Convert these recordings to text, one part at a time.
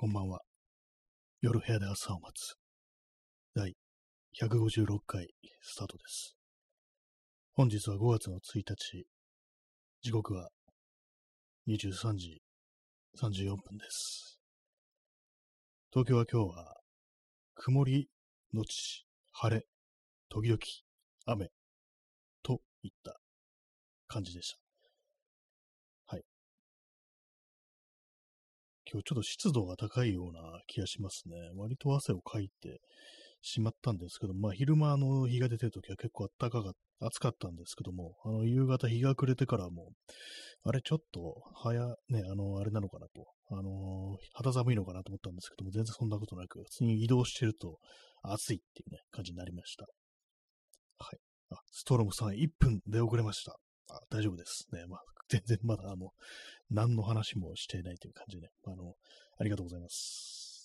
こんばんは。夜部屋で朝を待つ。第156回スタートです。本日は5月の1日。時刻は23時34分です。東京は今日は曇りのち晴れ、時々雨といった感じでした。はい。今日ちょっと湿度が高いような気がしますね。割と汗をかいてしまったんですけど、昼間日が出てるときは結構暑かったんですけども、夕方日が暮れてからも、あれちょっとあれなのかなと、肌寒いのかなと思ったんですけども、全然そんなことなく、普通に移動してると暑いっていうね、感じになりました。はい。ストロムさん1分出遅れました。大丈夫ですね。全然まだ何の話もしていないという感じでね、ありがとうございます。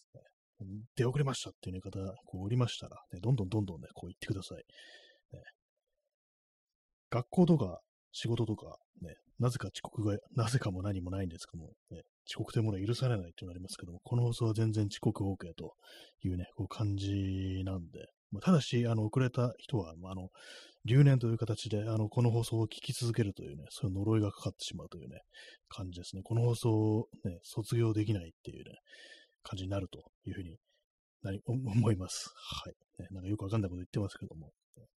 出遅れましたっていう、方、おりましたら、ね、どんどんね、言ってください。ね、学校とか仕事とか、ね、なぜかも何もないんですけども、ね、遅刻というものは許されないとなりますけども、この放送は全然遅刻 OK というね、感じなんで、ただし、遅れた人は、留年という形で、この放送を聞き続けるというね、そういう呪いがかかってしまうというね、感じですね。この放送をね、卒業できないっていうね、感じになるというふうに思います。はい。ね、なんかよくわかんないこと言ってますけども。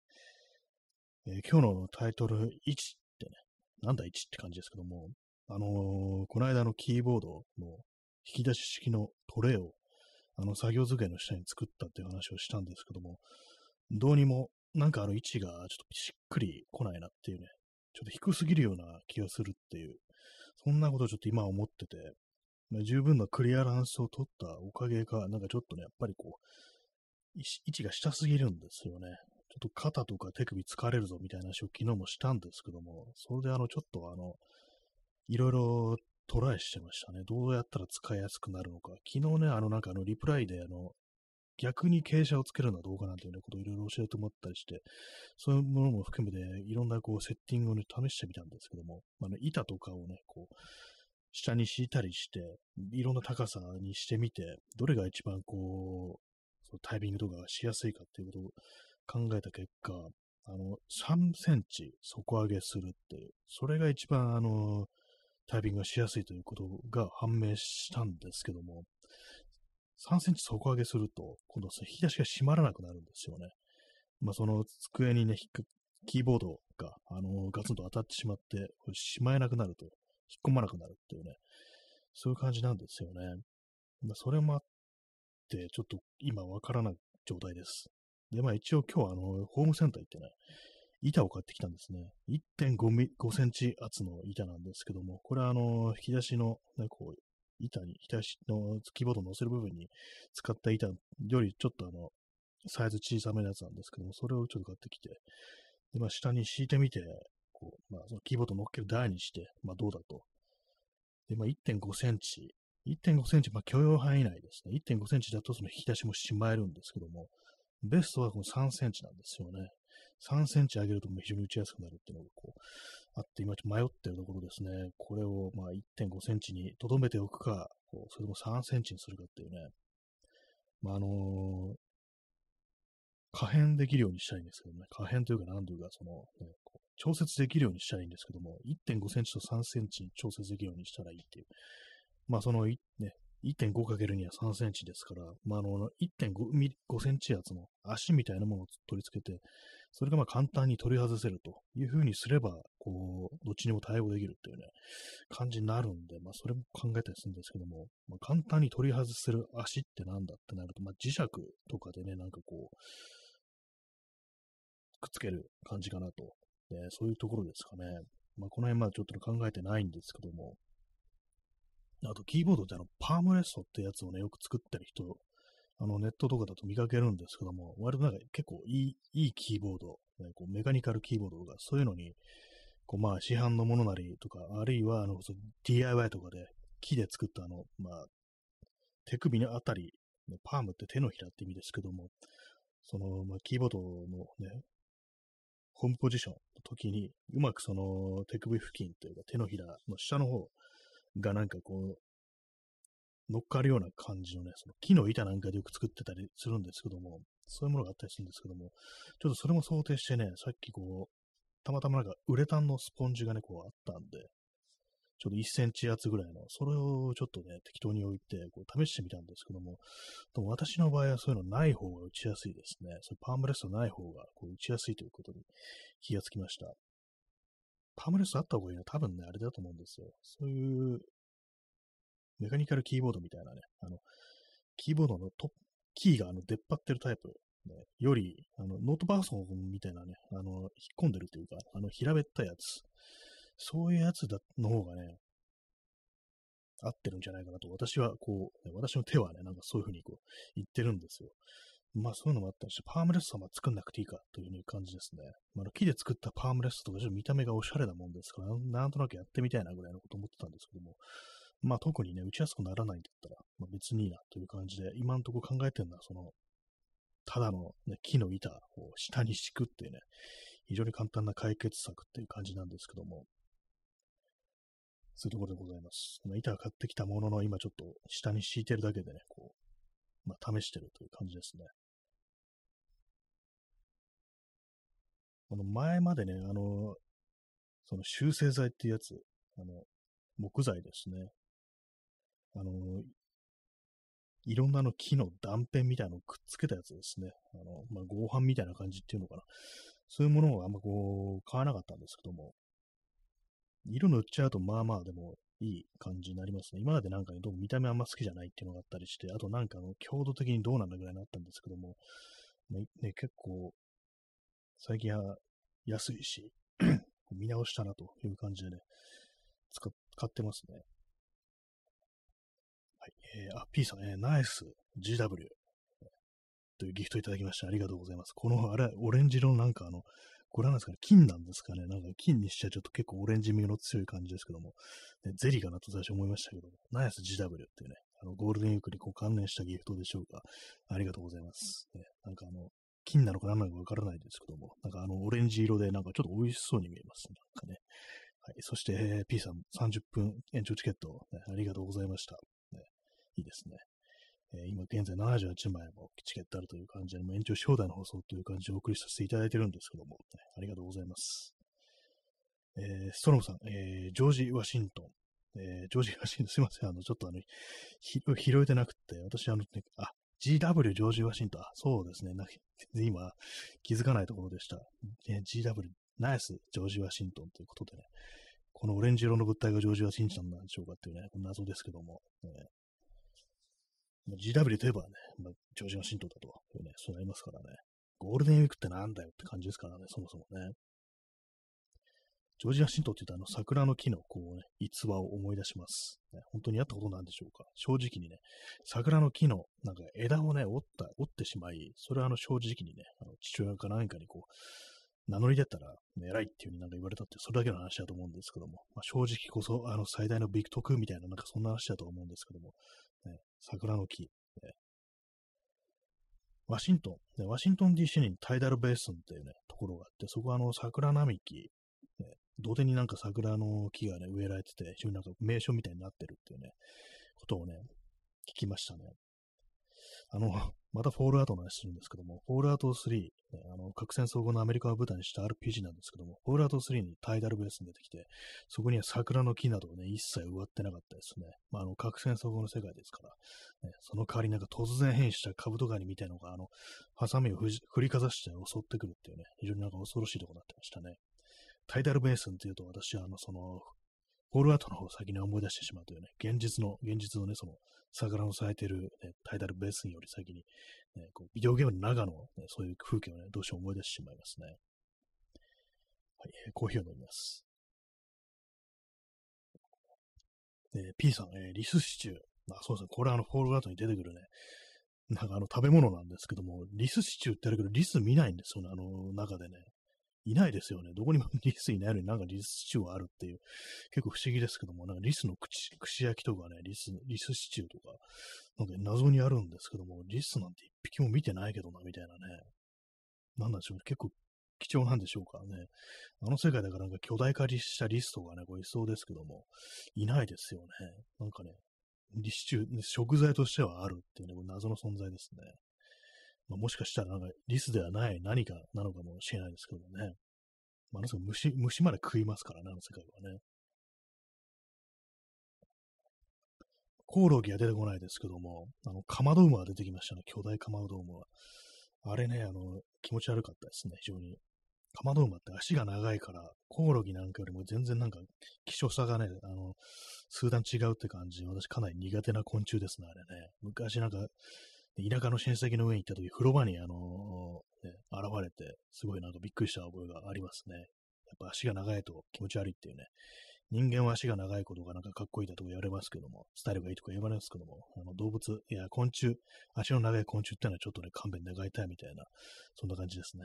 今日のタイトル1ってね、なんだ1って感じですけども、この間のキーボードの引き出し式のトレイを、作業机の下に作ったっていう話をしたんですけども、どうにも、なんか位置がちょっとしっくり来ないなっていうね、ちょっと低すぎるような気がするっていう、そんなことをちょっと今思ってて、十分なクリアランスを取ったおかげか、なんかちょっとね、やっぱり位置が下すぎるんですよね。ちょっと肩とか手首疲れるぞみたいな話を昨日もしたんですけども、それでちょっといろいろトライしてましたね。どうやったら使いやすくなるのか。昨日ね、なんかリプライで逆に傾斜をつけるのはどうかなというようなことをいろいろ教えてもらったりして、そういうものも含めていろんなセッティングをね、試してみたんですけども、板とかをね、下に敷いたりして、いろんな高さにしてみて、どれが一番そのタイミングとかがしやすいかっていうことを考えた結果、3センチ底上げするっていう、それが一番タイミングがしやすいということが判明したんですけども、3センチ底上げすると、今度は引き出しが閉まらなくなるんですよね。その机にね、キーボードが、ガツンと当たってしまって、これしまえなくなると、引っ込まなくなるっていうね、そういう感じなんですよね。それもあって、ちょっと今わからない状態です。で、一応今日はホームセンター行ってね、板を買ってきたんですね。1.5センチ厚の板なんですけども、これは引き出しの、ね、引き出しのキーボードを乗せる部分に使った板よりちょっとサイズ小さめのやつなんですけども、それをちょっと買ってきて、で、下に敷いてみて、そのキーボードを乗っける台にして、どうだと。で、1.5センチ。1.5センチ、許容範囲内ですね。1.5センチだとその引き出しもしまえるんですけども、ベストはこの3センチなんですよね。3センチ上げると非常に打ちやすくなるっていうのがあって、今ちょっと迷ってるところですね。これを1.5センチに留めておくか、それとも3センチにするかっていうね。可変できるようにしたいんですけどね。可変というか何というか、調節できるようにしたらいいんですけども、1.5センチと3センチに調節できるようにしたらいいっていう。1.5× には3センチですから、1.5センチ厚の足みたいなものを取り付けて、それが簡単に取り外せるという風にすれば、どっちにも対応できるっていうね、感じになるんで、それも考えたりするんですけども、簡単に取り外せる足ってなんだってなると、磁石とかでね、くっつける感じかなと。そういうところですかね。この辺ちょっと考えてないんですけども、あと、キーボードってパームレストってやつをね、よく作ってる人、ネットとかだと見かけるんですけども、割と結構いいキーボード、ね、メカニカルキーボードとか、そういうのに、市販のものなりとか、あるいは、DIY とかで、木で作った手首のあたり、パームって手のひらって意味ですけども、キーボードのね、ホームポジションの時に、うまく手首付近というか手のひらの下の方が乗っかるような感じのね、その木の板なんかでよく作ってたりするんですけども、そういうものがあったりするんですけども、ちょっとそれも想定してね、さっきこう、たまたまなんかウレタンのスポンジがね、こうあったんで、ちょっと1センチ厚ぐらいの、それをちょっとね、適当に置いて、こう試してみたんですけども、でも私の場合はそういうのない方が打ちやすいですね。そういうパームレストない方がこう打ちやすいということに気がつきました。パームレストあった方がいいのは多分ね、あれだと思うんですよ。そういうメカニカルキーボードみたいなね、キーボードのキーが出っ張ってるタイプ、ね、より、ノートパソコンみたいなね、引っ込んでるというか、平べったいやつ、そういうやつの方がね、合ってるんじゃないかなと、私はこう、私の手はね、なんかそういうふうにこう、言ってるんですよ。まあそういうのもあったりして、パームレストは作んなくていいかという感じですね。木で作ったパームレストとかちょっと見た目がおしゃれなもんですから、なんとなくやってみたいなぐらいのこと思ってたんですけども、まあ特にね、打ちやすくならないんだったら、まあ、別にいいなという感じで、今のところ考えてるのは、ただの、ね、木の板を下に敷くっていうね、非常に簡単な解決策っていう感じなんですけども、そういうところでございます。板を買ってきたものの、今ちょっと下に敷いてるだけでね、こう、まあ試してるという感じですね。前までね、その修正剤っていうやつ、木材ですね。あの、いろんな木の断片みたいなのをくっつけたやつですね。合板みたいな感じっていうのかな。そういうものをあんまこう、買わなかったんですけども、色塗っちゃうとまあまあでもいい感じになりますね。今までなんかね、どうも見た目あんま好きじゃないっていうのがあったりして、あとなんか強度的にどうなんだぐらいになったんですけども、ね、結構、最近は安いし、見直したなという感じでね、買ってますね。はい。P さん、ナイス GW というギフトいただきましてありがとうございます。この、あれ、オレンジ色のなんかこれなんですかね、金なんですかね。なんか金にしちゃちょっと結構オレンジ味の強い感じですけども、ね、ゼリーかなと最初思いましたけども、ナイス GW っていうね、ゴールデンウィークにこう関連したギフトでしょうか。ありがとうございます。ね、なんか金なのか何なのかわからないですけども、なんかオレンジ色でなんかちょっと美味しそうに見えます。なんかね。はい。そして、P さん30分延長チケット、ね、ありがとうございました。ね、いいですね。今現在78枚もチケットあるという感じで、延長し放題の放送という感じでお送りさせていただいているんですけども、ね、ありがとうございます。ストロムさん、ジョージ・ワシントン。ジョージ・ワシントン、すいません。ちょっと拾えてなくて、私GW ジョージ・ワシントン。そうですね。今、気づかないところでした。GW、ナイス、ジョージ・ワシントンということでね、このオレンジ色の物体がジョージ・ワシントンなんでしょうかっていうね、謎ですけども、GW といえばね、ジョージ・ワシントンだというね、そうなりますからね。ゴールデンウィークってなんだよって感じですからね、そもそもね。ジョージ・ワシントンって言うと桜の木のこうね、逸話を思い出します。ね、本当にあったことなんでしょうか。正直にね、桜の木のなんか枝をね、折ってしまい、それは正直にね、父親か何かにこう、名乗り出たら、ね、偉いっていう風になんか言われたって、それだけの話だと思うんですけども、正直こそ、最大のビクトクみたいな、なんかそんな話だと思うんですけども、ね、桜の木、ね、ワシントン、ね、ワシントン DC にタイダルベースンっていうね、ところがあって、そこは桜並木、ね、土手になんか桜の木がね、植えられてて、非常になんか名所みたいになってるっていうね、ことをね、聞きましたね。またフォールアウトの話するんですけども、フォールアウト3、ね、核戦争後のアメリカを舞台にした RPG なんですけども、フォールアウト3にタイダルベースに出てきて、そこには桜の木などをね、一切植わってなかったですね。核戦争後の世界ですから、ね、その代わりなんか突然変異したカブトガニみたいなのが、ハサミを振りかざして襲ってくるっていうね、非常になんか恐ろしいところになってましたね。タイダルベースンっていうと、私はフォールアウトの方を先に思い出してしまうというね、現実のね、桜の咲いてる、ね、タイダルベースンより先に、ね、こうビデオゲームの中の、ね、そういう風景をね、どうしても思い出してしまいますね。はい、コーヒーを飲みます。P さん、リスシチュー。そうですね。これフォールアウトに出てくるね、なんか食べ物なんですけども、リスシチューってあるけど、リス見ないんですよね、中でね。いないですよね。どこにもリスいないのになんかリスシチューはあるっていう、結構不思議ですけども、なんかリスの串焼きとかね、リスシチューとか、なんか謎にあるんですけども、リスなんて一匹も見てないけどな、みたいなね。なんなんでしょうね。結構貴重なんでしょうかね。世界だからなんか巨大化したリスとかね、こういそうですけども、いないですよね。なんかね、 シチュー、食材としてはあるっていうね、これ謎の存在ですね。まあ、もしかしたらなんかリスではない何かなのかもしれないですけどもね。まあ、あの人虫まで食いますからね、あの世界はね。コオロギは出てこないですけども、カマドウマは出てきましたね、巨大カマドウマは。あれね、気持ち悪かったですね、非常に。カマドウマって足が長いから、コオロギなんかよりも全然なんか、希少さがね、数段違うって感じで、私かなり苦手な昆虫ですね、あれね。昔なんか、田舎の親戚の上に行った時、風呂場に現れて、すごいなんかびっくりした覚えがありますね。やっぱ足が長いと気持ち悪いっていうね。人間は足が長いことがなんかかっこいいだとか言われますけども、スタイルがいいとか言われますけども、動物、いや、昆虫、足の長い昆虫ってのはちょっとね、勘弁願いたいみたいな、そんな感じですね。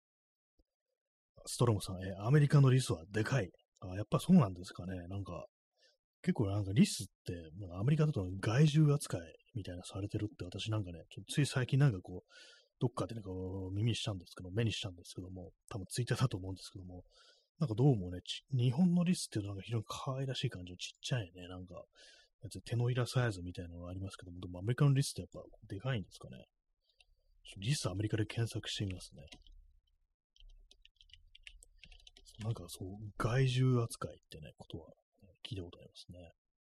ストロムさん、アメリカのリスはでかい。あ、やっぱそうなんですかね。なんか、結構なんかリスって、なんかアメリカだと害獣扱いみたいなされてるって私なんかね、つい最近なんかこう、どっかでなんか耳にしたんですけど、目にしたんですけども、多分ツイッターだと思うんですけども、なんかどうもね、日本のリスっていうとなんか非常に可愛らしい感じのちっちゃいね、なんか、手のひらサイズみたいなのがありますけども、でもアメリカのリスってやっぱでかいんですかね。リスアメリカで検索してみますね。なんかそう、害獣扱いってね、ことは、聞いたことありますね。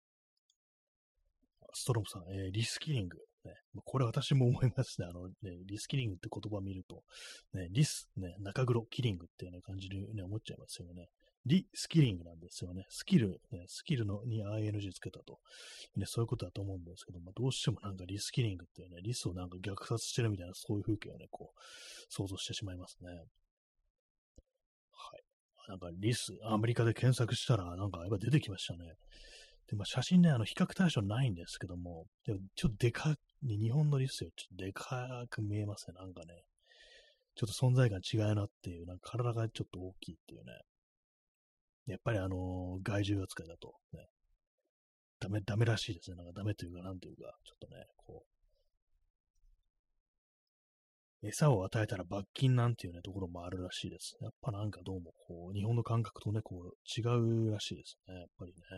ストロムさん、リスキリング。ね、これ私も思いますね。リスキリングって言葉を見ると、ね、リス、ね、中黒キリングっていうね、感じで、ね、思っちゃいますよね。リスキリングなんですよね。スキル、ね、スキルのに ing つけたと、ね。そういうことだと思うんですけど、まあ、どうしてもなんかリスキリングっていうね、リスをなんか虐殺してるみたいな、そういう風景をね、こう、想像してしまいますね。はい。なんかリス、アメリカで検索したら、なんかやっぱ出てきましたね。で、まあ、写真ね、比較対象ないんですけども、でもちょっとでかね、日本のリスよ、ちょっとでかく見えますね、なんかね。ちょっと存在感違うなっていう、なんか体がちょっと大きいっていうね。やっぱり害獣扱いだと、ね、ダメらしいですね。なんかダメというか、なんというか、ちょっとね、こう、餌を与えたら罰金なんていうね、ところもあるらしいです。やっぱなんかどうも、こう、日本の感覚とね、こう、違うらしいですね。やっぱりね。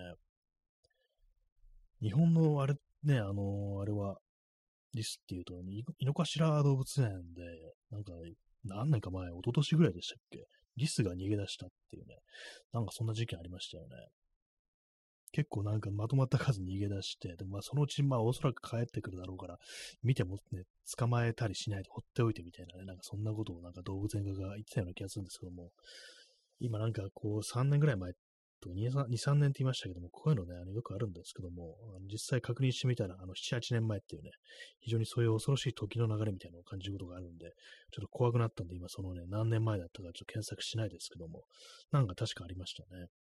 日本のあれ、ね、あれは、リスっていうと、井の頭動物園で、なんか、何年か前、一昨年ぐらいでしたっけ、リスが逃げ出したっていうね、なんかそんな事件ありましたよね。結構なんかまとまった数逃げ出して、でもまあそのうちまあおそらく帰ってくるだろうから、見てもね、捕まえたりしないで放っておいてみたいなね、なんかそんなことをなんか動物園側が言ってたような気がするんですけども、今なんかこう3年ぐらい前と2、3年って言いましたけども、こういうのね、よくあるんですけども、実際確認してみたら、7、8年前っていうね、非常にそういう恐ろしい時の流れみたいなのを感じることがあるんで、ちょっと怖くなったんで、今そのね、何年前だったかちょっと検索しないですけども、なんか確かありましたね。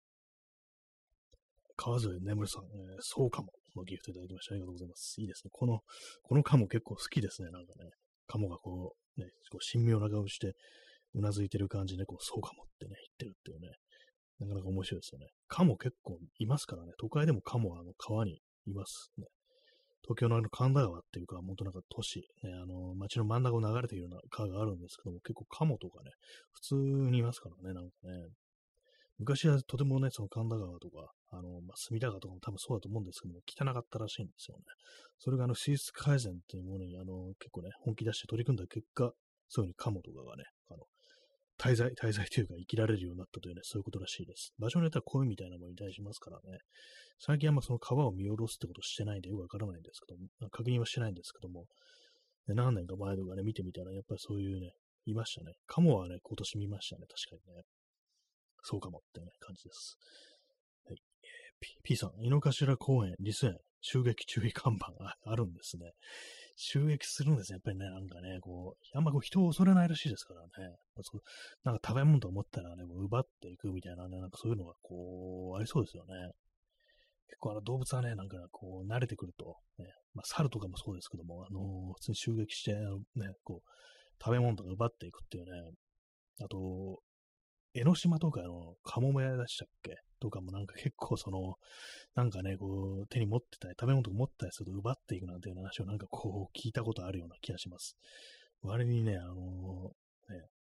川添眠さん、そうかものギフトいただきました。ありがとうございます。いいですね。このカモ結構好きですね。なんかね、カモがこう、ね、こう神妙な顔して、うなずいてる感じで、こう、そうかもってね、言ってるっていうね、なかなか面白いですよね。カモ結構いますからね。都会でもカモは川にいますね。東京の神田川っていうか、本当なんか都市、ね、街の真ん中を流れているような川があるんですけども、結構カモとかね、普通にいますからね、なんかね。昔はとてもね、その神田川とか、隅田川とかも多分そうだと思うんですけども、汚かったらしいんですよね。それが水質改善っていうものに、結構ね、本気出して取り組んだ結果、そういうふうにカモとかがね、滞在というか生きられるようになったというね、そういうことらしいです。場所によっては恋みたいなものに対しますからね。最近はその川を見下ろすってことしてないんでよくわからないんですけども、確認はしてないんですけども、何年か前とかね、見てみたら、やっぱりそういうね、いましたね。カモはね、今年見ましたね、確かにね。そうかもってね、感じです。はい。P さん、井の頭公園、リス園、襲撃注意看板があるんですね。襲撃するんですね。やっぱりね、なんかね、こう、あんまこう人を恐れないらしいですからね。そうなんか食べ物と思ったらね、もう奪っていくみたいなね、なんかそういうのがこう、ありそうですよね。結構動物はね、なんかこう、慣れてくると、ね、まあ、猿とかもそうですけども、普通に襲撃して、ね、こう、食べ物とか奪っていくっていうね、あと、江ノ島とかカモメでしたっけとかもなんか結構なんかね、こう、手に持ってたり、食べ物とか持ってたりすると奪っていくなんていう話をなんかこう、聞いたことあるような気がします。割にね、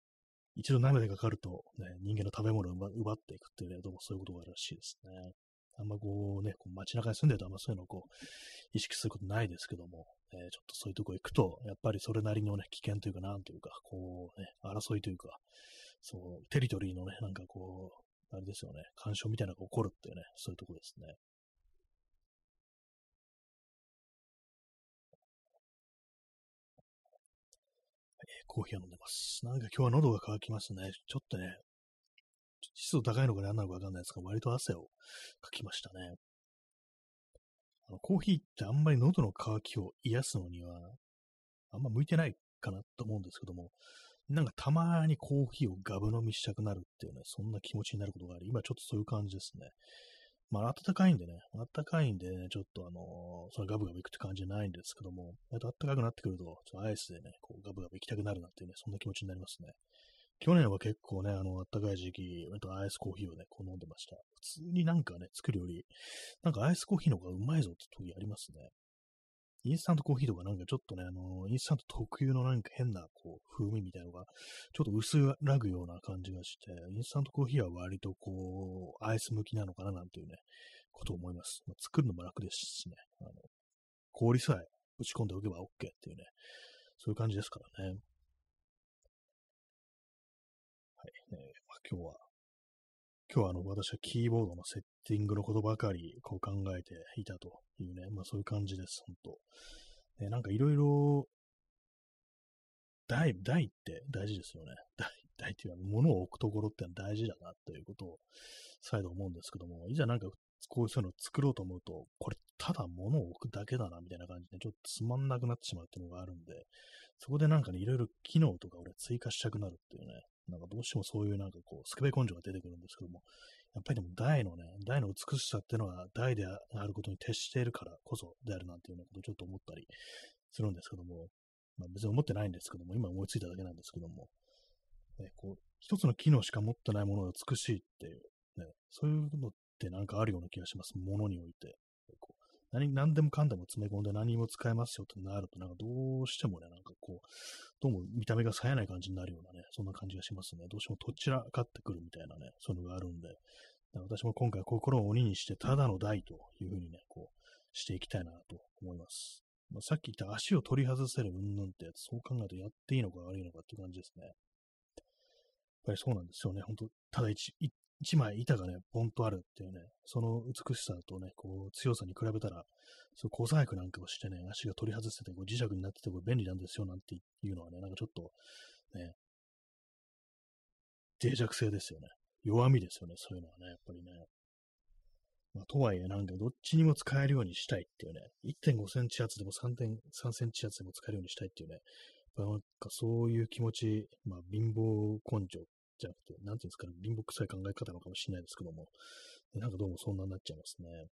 一度舐めてかかると、ね、人間の食べ物を奪っていくっていうね、どうもそういうことがあるらしいですね。 あんまこうね、こう街中に住んでるとあんまそういうのをこう、意識することないですけども、ちょっとそういうとこ行くと、やっぱりそれなりのね、危険というか、なんというか、こうね、争いというか、そう、テリトリーのね、なんかこう、あれですよね、干渉みたいなのが起こるっていうね、そういうとこですね。コーヒーを飲んでます。なんか今日は喉が渇きますね。ちょっとね、湿度高いのか何なのかわかんないですが、割と汗をかきましたね。コーヒーってあんまり喉の渇きを癒すのには、あんま向いてないかなと思うんですけども、なんかたまにコーヒーをガブ飲みしたくなるっていうね、そんな気持ちになることがあり、今ちょっとそういう感じですね。まあ、暖かいんでね、暖かいんでね、ちょっとそのガブガブいくって感じじゃないんですけども、暖かくなってくると、ちょっとアイスでね、こうガブガブ行きたくなるなっていうね、そんな気持ちになりますね。去年は結構ね、暖かい時期、割とアイスコーヒーをね、こう飲んでました。普通になんかね、作るより、なんかアイスコーヒーの方がうまいぞって時ありますね。インスタントコーヒーとかなんかちょっとね、インスタント特有のなんか変なこう風味みたいなのが、ちょっと薄らぐような感じがして、インスタントコーヒーは割とこう、アイス向きなのかななんていうね、ことを思います。まあ、作るのも楽ですしね、氷さえ打ち込んでおけば OK っていうね、そういう感じですからね。はい。まあ、今日は私はキーボードのセッティングのことばかりこう考えていたというね、まあそういう感じです、本当。なんかいろいろ台って大事ですよね。台っていうのは物を置くところってのは大事だなということを再度思うんですけども、いざなんかこういうそういうのを作ろうと思うと、これただ物を置くだけだなみたいな感じでちょっとつまんなくなってしまうっていうのがあるんで、そこでなんかね、いろいろ機能とか俺追加したくなるっていうね、なんかどうしてもそういうなんかこう、スケベ根性が出てくるんですけども、やっぱりでも台の美しさっていうのは台であることに徹しているからこそであるなんていうようなことをちょっと思ったりするんですけども、まあ別に思ってないんですけども、今思いついただけなんですけども、こう、一つの機能しか持ってないものが美しいっていう、ね、そういうのってなんかあるような気がします。ものにおいて。こう何でもかんでも詰め込んで何も使えますよってなると、なんかどうしてもね、なんかこう、どうも見た目が冴えない感じになるようなね、そんな感じがしますね。どうしてもどちらかってくるみたいなね、そういうのがあるんで、私も今回心を鬼にして、ただの台というふうにね、こう、していきたいなと思います。まあ、さっき言った足を取り外せる云々ってやつ、そう考えるとやっていいのか悪いのかっていう感じですね。やっぱりそうなんですよね。本当ただ一枚板がね、ポンとあるっていうね、その美しさとね、こう、強さに比べたら、そう、小細工なんかをしてね、足が取り外せて、こう磁石になってて、これ便利なんですよ、なんていうのはね、なんかちょっと、ね、脆弱性ですよね。弱みですよね、そういうのはね、やっぱりね。まあ、とはいえ、なんかどっちにも使えるようにしたいっていうね、1.5センチ厚でも3センチ厚でも使えるようにしたいっていうね、なんかそういう気持ち、まあ、貧乏根性じゃなくて、なんていうんですかね、貧乏臭い考え方なのかもしれないですけども、なんかどうもそんなになっちゃいますね。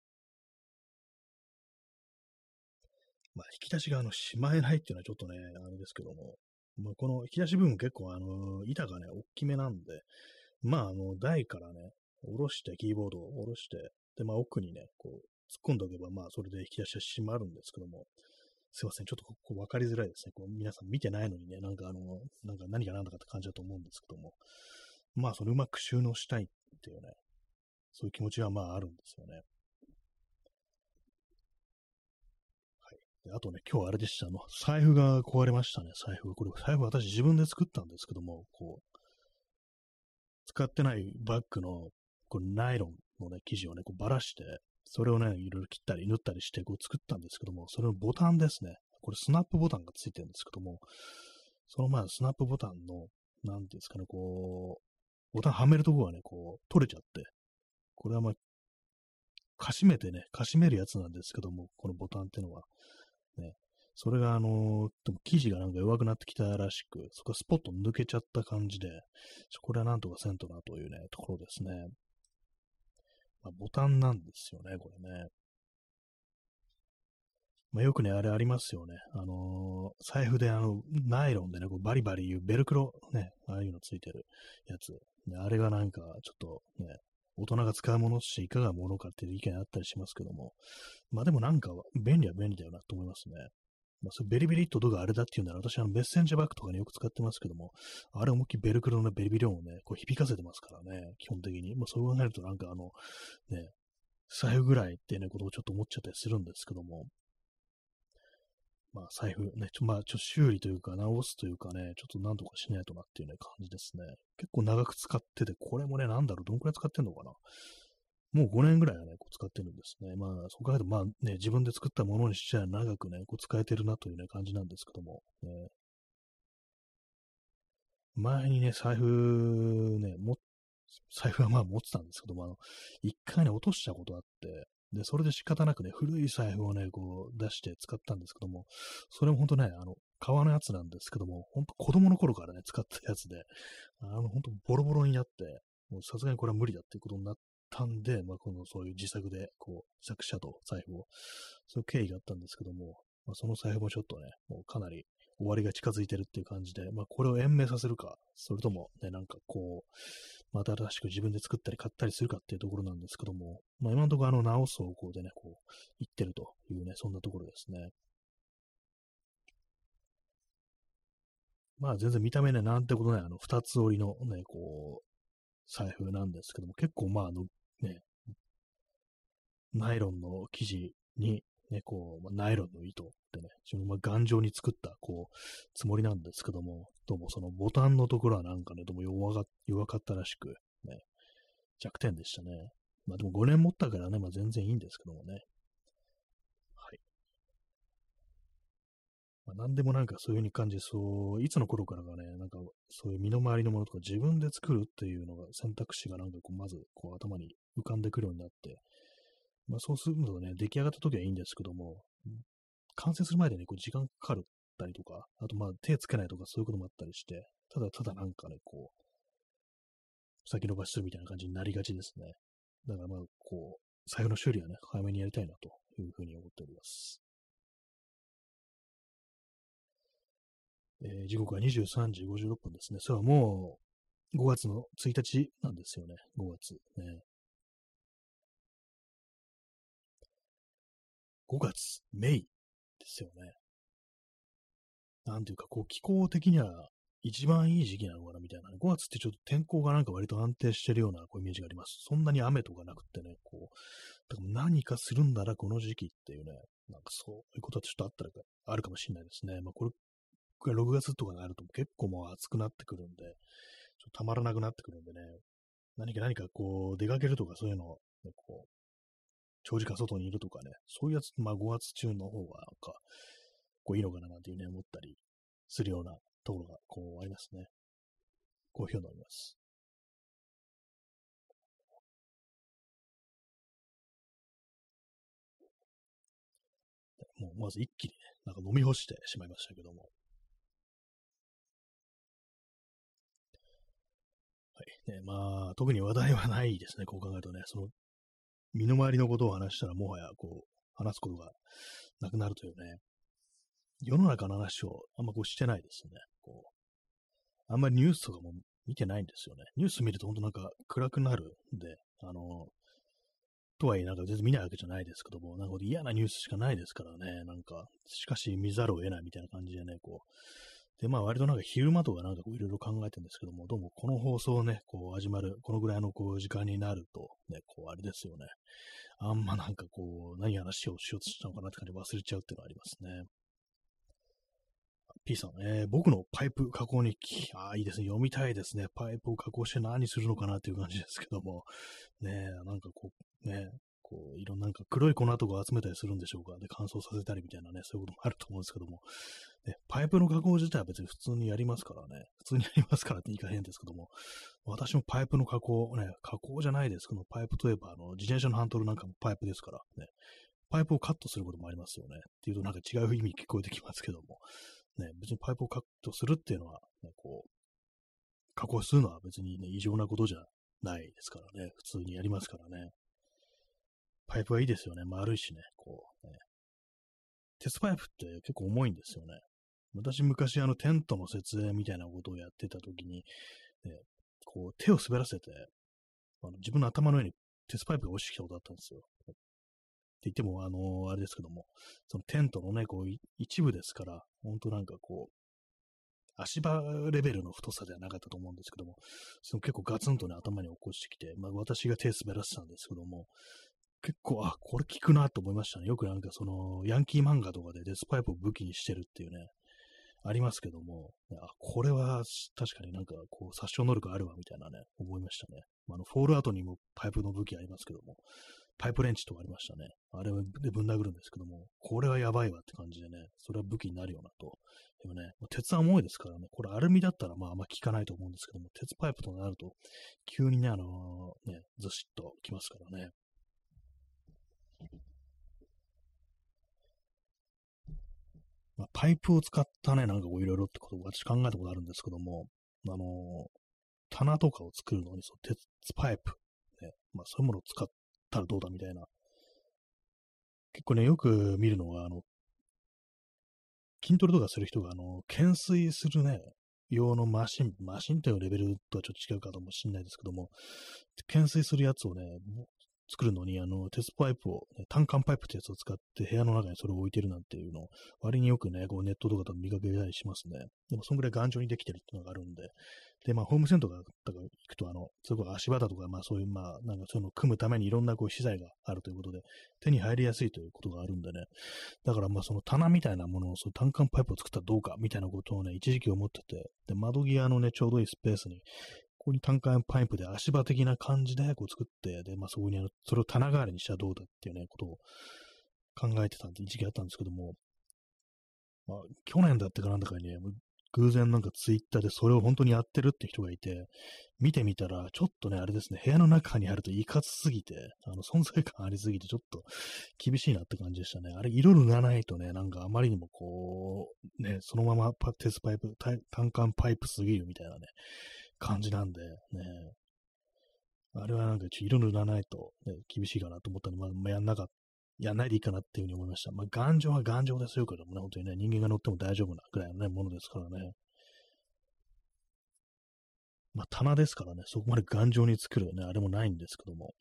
まあ、引き出しがしまえないっていうのはちょっとね、あれですけども、まあ、この引き出し部分結構板がね、大きめなんで、まあ、台からね、下ろして、キーボードを下ろして、で、まあ、奥にね、こう、突っ込んでおけば、まあ、それで引き出しは閉まるんですけども、すいません、ちょっとここ分かりづらいですね。こう皆さん見てないのにね、なんかなんか何が何だかって感じだと思うんですけども、まあ、それうまく収納したいっていうね、そういう気持ちはまああるんですよね。はい。であとね、今日あれでした、財布が壊れましたね、財布。これ、財布私自分で作ったんですけども、こう、使ってないバッグの、こう、ナイロンのね、生地をね、こうばらして、それをね、いろいろ切ったり縫ったりして、こう作ったんですけども、それのボタンですね。これスナップボタンがついてるんですけども、そのまあスナップボタンの、なんていうんですかね、こう、ボタンはめるところがね、こう、取れちゃって、これはまあ、かしめるやつなんですけども、このボタンってのは、ね、それがでも生地がなんか弱くなってきたらしく、そこがスポッと抜けちゃった感じで、これはなんとかせんとなというね、ところですね。まあ、ボタンなんですよね、これね。まあ、よくね、あれありますよね。財布でナイロンでね、こうバリバリいうベルクロね、ああいうのついてるやつ。ね、あれがなんか、ちょっとね、大人が使うものとしていかがものかっていう意見あったりしますけども、まあでもなんか便利は便利だよなと思いますね。まあ、それベリベリっとどがあれだっていうなら、私メッセンジャーバッグとかによく使ってますけども、あれ思いっきりベルクロのベリベリ音をね、こう響かせてますからね、基本的に。まあそう考えるとなんかね、 財布ぐらいってね、ことをちょっと思っちゃったりするんですけども、まあ財布ね、修理というか直すというかね、ちょっとなんとかしないとなっていうね、感じですね。結構長く使ってて、これもね、なんだろう、どんくらい使ってんのかな。もう5年ぐらいはね、こう使ってるんですね。まあ、そう考えると、まあね、自分で作ったものにしちゃ長くね、こう使えてるなというね、感じなんですけども、ね、前にね、財布はまあ持ってたんですけども、一回ね、落としたことあって、で、それで仕方なくね、古い財布をね、こう出して使ったんですけども、それもほんとね、革のやつなんですけども、ほんと子供の頃からね、使ったやつで、ほんとボロボロになって、もうさすがにこれは無理だっていうことになったんで、まあ、そういう自作で、こう、自作したと、財布を。そういう経緯があったんですけども、まあ、その財布もちょっとね、もうかなり終わりが近づいてるっていう感じで、まあ、これを延命させるか、それともね、なんかこう、また新しく自分で作ったり買ったりするかっていうところなんですけども、まあ、今のところ直す方向でね、こう、行ってるというね、そんなところですね。まあ、全然見た目ね、なんてことない、二つ折りのね、こう、財布なんですけども、結構まあ、ね、ナイロンの生地に、ね、こう、まあ、ナイロンの糸でね、自分は頑丈に作った、こう、つもりなんですけども、どうもそのボタンのところはなんかね、どうも弱かったらしく、ね、弱点でしたね。まあでも5年持ったからね、まあ全然いいんですけどもね。はい。まあ、何でもなんかそういう風に感じ、そう、いつの頃からかね、なんかそういう身の回りのものとか自分で作るっていうのが選択肢がなんかこう、まずこう頭に浮かんでくるようになって、まあそうするとね、出来上がった時はいいんですけども、完成する前でね、こう時間かかるったりとか、あとまあ手つけないとかそういうこともあったりして、ただただなんかね、こう、先延ばしするみたいな感じになりがちですね。だからまあ、こう、財布の修理はね、早めにやりたいなというふうに思っております。時刻は23時56分ですね。それはもう5月の1日なんですよね。5月。ね。5月、メイですよね。なんていうか、こう、気候的には一番いい時期なのかなみたいなね。5月ってちょっと天候がなんか割と安定してるようなこうイメージがあります。そんなに雨とかなくってね、こう、だから何かするんならこの時期っていうね、なんかそういうことはちょっとあるかもしれないですね。まあこれ6月とかになると結構もう暑くなってくるんで、ちょっとたまらなくなってくるんでね、何かこう出かけるとかそういうのを、ね、こう、長時間外にいるとかね、そういうやつ、まあ5月中の方がなんか、こういいのかななんていうね、思ったりするようなところがこうありますね。コーヒーを飲みます。もうまず一気にね、なんか飲み干してしまいましたけども。はい。ね、まあ、特に話題はないですね、こう考えるとね。その、身の回りのことを話したら、もはや、こう、話すことがなくなるというね、世の中の話をあんまこうしてないですね。こう、あんまりニュースとかも見てないんですよね。ニュース見ると本当なんか暗くなるんで、とはいえなんか全然見ないわけじゃないですけども、なんか嫌なニュースしかないですからね、なんか、しかし見ざるを得ないみたいな感じでね、こう、で、まあ割となんか昼間とかなんかこういろいろ考えてるんですけども、どうもこの放送ね、こう始まる、このぐらいのこう時間になると、ね、こうあれですよね。あんまなんかこう、何話をしようとしたのかなって感じで忘れちゃうっていうのがありますね。P さん、僕のパイプ加工日記。ああ、いいですね。読みたいですね。パイプを加工して何するのかなっていう感じですけども。ねなんかこう、ねこう、いろんななんか黒い粉とか集めたりするんでしょうか。で、乾燥させたりみたいなね、そういうこともあると思うんですけども。ね、パイプの加工自体は別に普通にやりますからね。普通にやりますからって言い方変ですけども。私もパイプの加工、ね、加工じゃないですけど、パイプといえば、自転車のハンドルなんかもパイプですから、ね。パイプをカットすることもありますよね。っていうとなんか違う意味聞こえてきますけども。ね、別にパイプをカットするっていうのは、ね、こう、加工するのは別にね、異常なことじゃないですからね。普通にやりますからね。パイプはいいですよね。丸いしね。こう、ね。鉄パイプって結構重いんですよね。私昔テントの設営みたいなことをやってた時に、ね、こう手を滑らせて、自分の頭の上に鉄パイプが落ちてきたことあったんですよ。って言っても、あれですけども、そのテントのね、こう、一部ですから、ほんとなんかこう、足場レベルの太さではなかったと思うんですけども、その結構ガツンとね、頭に起こしてきて、まあ私が手滑らせたんですけども、 結構、あ、これ効くなと思いましたね。よくなんかその、ヤンキー漫画とかでデスパイプを武器にしてるっていうね、ありますけども、あ、これは確かになんかこう殺傷能力あるわみたいなね、思いましたね。フォールアウトにもパイプの武器ありますけども、パイプレンチとかありましたね。あれでぶん殴るんですけども、これはやばいわって感じでね、それは武器になるよなと。でもね、鉄は重いですからね、これアルミだったらまああんま効かないと思うんですけども、鉄パイプとなると、急にね、ずしっときますからね。パイプを使ったね、なんかこういろいろってことを私考えたことあるんですけども、あの棚とかを作るのに、鉄パイプ、ね、そういうものを使ったらどうだみたいな。結構ね、よく見るのは、筋トレとかする人が、懸垂するね、用のマシンというレベルとはちょっと違うかもしれないですけども、懸垂するやつをね、作るのに、鉄パイプを、ね、単管パイプってやつを使って部屋の中にそれを置いてるなんていうのを、割によくね、こうネットとかで見かけたりしますね。でも、そんぐらい頑丈にできてるっていうのがあるんで、で、ホームセンターとか行くと、すごい足場だとか、そういう、なんかそういうのを組むためにいろんなこう資材があるということで、手に入りやすいということがあるんでね、だからその棚みたいなものを、そう単管パイプを作ったらどうかみたいなことをね、一時期思ってて、で、窓際のね、ちょうどいいスペースに、ここに単管パイプで足場的な感じでこう作って、で、そこにそれを棚代わりにしたらどうだっていうね、ことを考えてたんで、一時期あったんですけども、去年だってかなんだかにね、偶然なんかツイッターでそれを本当にやってるって人がいて、見てみたら、ちょっとね、あれですね、部屋の中にあるといかつすぎて、存在感ありすぎて、ちょっと厳しいなって感じでしたね。あれ、色塗らないとね、なんかあまりにもこう、ね、そのまま鉄パイプ、単管パイプすぎるみたいなね、感じなんで、ね、あれはなんか色塗らないと、ね、厳しいかなと思ったんで、やんないでいいかなっていうふうに思いました。頑丈は頑丈ですよけどもね、本当にね、人間が乗っても大丈夫なくらいのね、ものですからね。棚ですからね、そこまで頑丈に作るね、あれもないんですけども。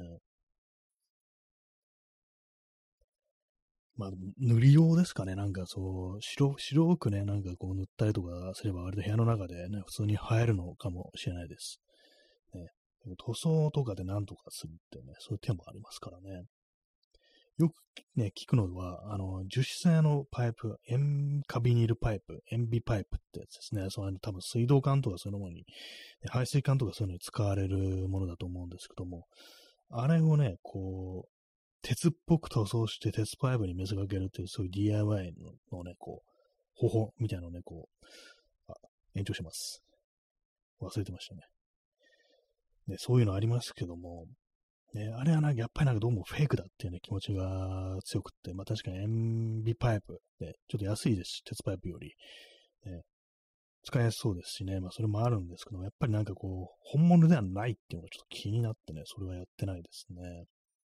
塗り用ですかね。なんかそう、白くね、なんかこう塗ったりとかすれば割と部屋の中でね、普通に映えるのかもしれないです。ね、塗装とかでなんとかするってね、そういう手もありますからね。よくね、聞くのは、樹脂製のパイプ、塩化ビニールパイプ、塩ビパイプってやつですね。多分水道管とかそういうものに、排水管とかそういうのに使われるものだと思うんですけども、あれをね、こう、鉄っぽく塗装して鉄パイプに水かけるっていう、そういう DIY のね、こう、方法みたいなのをね、こう、延長します。忘れてましたね。で、そういうのありますけども、ね、あれはやっぱりなんかどうもフェイクだっていうね、気持ちが強くって、確かに塩ビパイプで、ちょっと安いですし、鉄パイプより、ね、使いやすそうですしね、それもあるんですけども、やっぱりなんかこう、本物ではないっていうのがちょっと気になってね、それはやってないですね。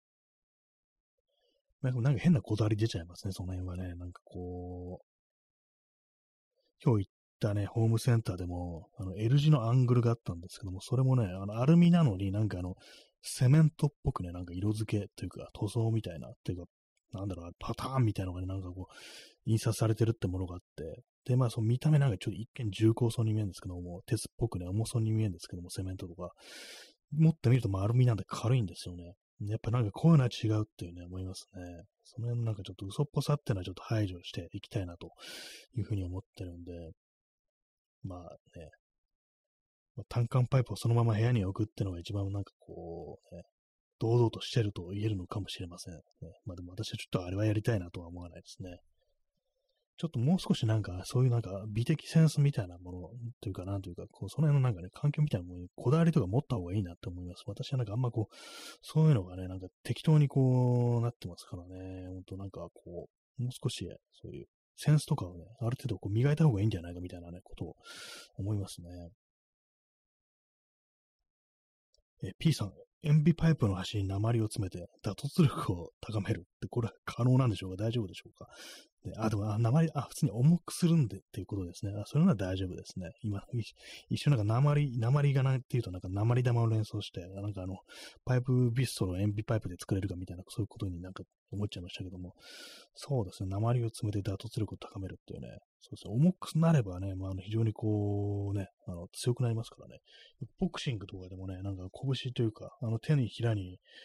なんか変なこだわり出ちゃいますね、その辺はね。なんかこう、今日行ったね、ホームセンターでも、L 字のアングルがあったんですけども、それもね、アルミなのになんかセメントっぽくね、なんか色付けというか、塗装みたいな、っていうか、なんだろう、パターンみたいなのがね、なんかこう、印刷されてるってものがあって、で、その見た目なんかちょっと一見重厚そうに見えるんですけども、鉄っぽくね、重そうに見えるんですけども、セメントとか、持ってみるとアルミなんで軽いんですよね。やっぱなんかこういうのは違うっていうね、思いますね。その辺のなんかちょっと嘘っぽさっていうのはちょっと排除していきたいなというふうに思ってるんで、まあね、単管パイプをそのまま部屋に置くっていうのが一番なんかこう、ね、堂々としてると言えるのかもしれません。ね、でも私はちょっとあれはやりたいなとは思わないですね。ちょっともう少しなんか、そういうなんか美的センスみたいなものというか、なんというか、こうその辺のなんかね、環境みたいなものにこだわりとか持った方がいいなって思います。私はなんかあんまこう、そういうのがね、なんか適当にこうなってますからね、ほんとなんかこう、もう少しそういうセンスとかをね、ある程度こう磨いた方がいいんじゃないかみたいなね、ことを思いますね。P さん、塩ビパイプの端に鉛を詰めて、打突力を高めるって、これは可能なんでしょうか？大丈夫でしょうか？でも、普通に重くするんでっていうことですね。そういうのは大丈夫ですね。一瞬なんか鉛がないっていうとなんか鉛玉を連想して、なんかパイプビストロ塩ビパイプで作れるかみたいな、そういうことになんか思っちゃいましたけども、そうですね。鉛を詰めて打突力を高めるっていうね、そうですね。重くなればね、非常にこうね、強くなりますからね。ボクシングとかでもね、なんか拳というか、手にひらに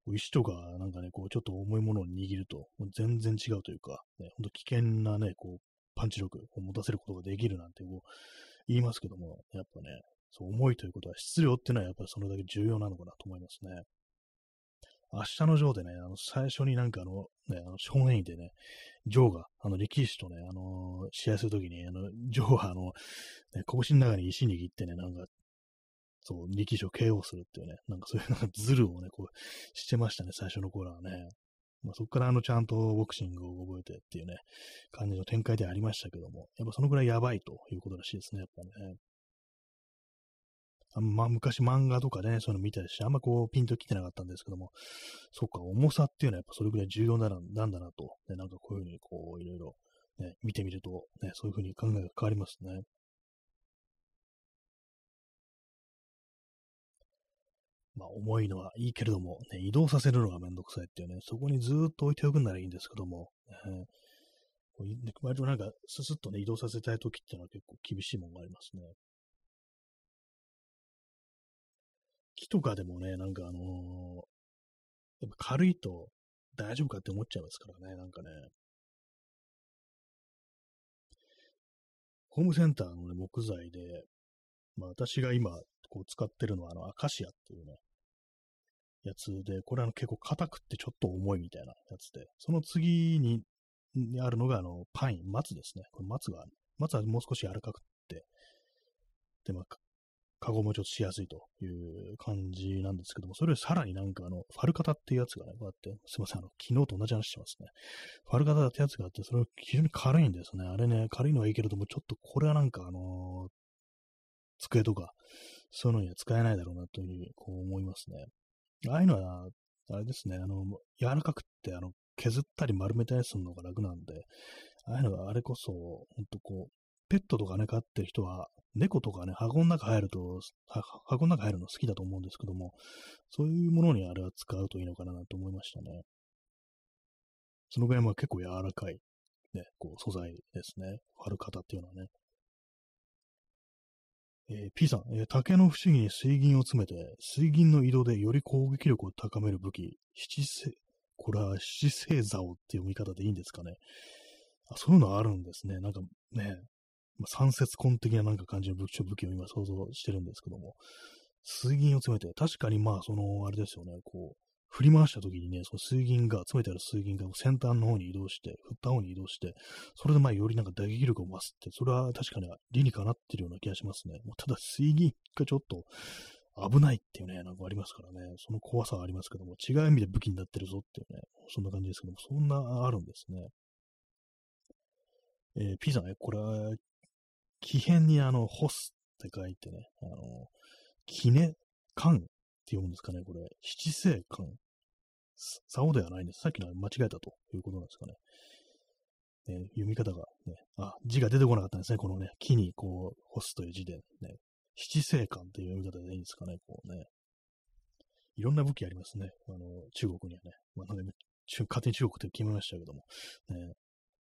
石とかなんかね、こうちょっと重いものを握ると、もう全然違うというか、ね、ほんと危険なね、こう、パンチ力を持たせることができるなんてこう言いますけども、やっぱね、そう重いということは質量っていうのはやっぱりそれだけ重要なのかなと思いますね。明日のジョーでね、最初になんか少年院でね、ジョーが、力士とね、試合するときに、ジョーはね、拳の中に石握ってね、なんか、そう、力士を KO するっていうね、なんかそういうなんかズルをね、こう、してましたね、最初の頃はね。まあ、そこからちゃんとボクシングを覚えてっていうね、感じの展開でありましたけども、やっぱそのぐらいやばいということらしいですね、やっぱね。まあ、昔漫画とかでね、そういうの見たりして、あんまこう、ピンときてなかったんですけども、そっか、重さっていうのはやっぱそれぐらい重要なんだなと、ね、なんかこういうふうにこう、いろいろ、ね、見てみると、ね、そういうふうに考えが変わりますね。まあ、重いのはいいけれども、ね、移動させるのがめんどくさいっていうね、そこにずーっと置いておくんならいいんですけども、こう割となんか、ススッとね、移動させたいときっていうのは結構厳しいものがありますね。木とかでもね、なんかやっぱ軽いと大丈夫かって思っちゃいますからね、なんかね。ホームセンターのね、木材で、まあ私が今こう使ってるのはアカシアっていうね、やつで、これ結構硬くってちょっと重いみたいなやつで、その次にあるのがパイン、松ですね。これ松はもう少し柔らかくって、で、まあ、カゴもちょっとしやすいという感じなんですけども、それよりさらになんかファルカタっていうやつがね、こうやって、すいません、昨日と同じ話してますね。ファルカタってやつがあって、それ非常に軽いんですね。あれね、軽いのはいいけれども、ちょっとこれはなんか机とか、そういうのには使えないだろうなというふうにこう思いますね。ああいうのは、あれですね、柔らかくって、削ったり丸めたりするのが楽なんで、ああいうのはあれこそ、ほんとこう、ペットとかね、飼ってる人は、猫とかね、箱の中入ると、箱の中入るの好きだと思うんですけども、そういうものにあれは使うといいのかなと思いましたね。そのぐらい結構柔らかい、ね、こう、素材ですね。ファルカタっていうのはね。P さん、竹の不思議に水銀を詰めて、水銀の移動でより攻撃力を高める武器、これは七星竿っていう読み方でいいんですかね。あ、そういうのあるんですね。なんかね、三節根的ななんか感じの武器を今想像してるんですけども、水銀を詰めて、確かにあれですよね、こう、振り回した時にね、その詰めてある水銀が先端の方に移動して、振った方に移動して、それでよりなんか打撃力を増すって、それは確かに理にかなってるような気がしますね。ただ水銀がちょっと危ないっていうね、なんかありますからね、その怖さはありますけども、違う意味で武器になってるぞっていうね、そんな感じですけども、そんなあるんですね。P さんね、これは、木偏にホスって書いてね、キネカンって読むんですかね、これ。七星カン。竿ではないんです。さっきのは間違えたということなんですかね。読み方がね、字が出てこなかったんですね。このね、木にこう、干すという字でね、七星カンっていう読み方でいいんですかね、こうね。いろんな武器ありますね。中国にはね。なんで、勝手に中国って決めましたけども。ね、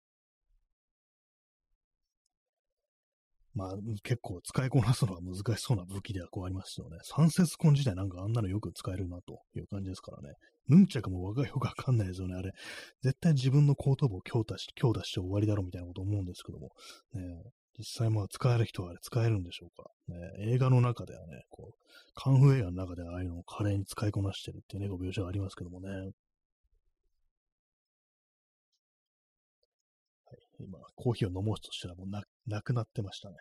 結構使いこなすのは難しそうな武器ではこうありますよね。三節棍自体なんかあんなのよく使えるなという感じですからね。ヌンチャクもよくわかんないですよね。あれ、絶対自分の後頭部を強打して終わりだろうみたいなこと思うんですけども。ね、実際使える人はあれ使えるんでしょうか。ね、映画の中ではね、こう、カンフー映画の中ではああいうのを華麗に使いこなしてるっていうね、ご描写がありますけどもね。今、コーヒーを飲もうとしたらもうなくなってましたね。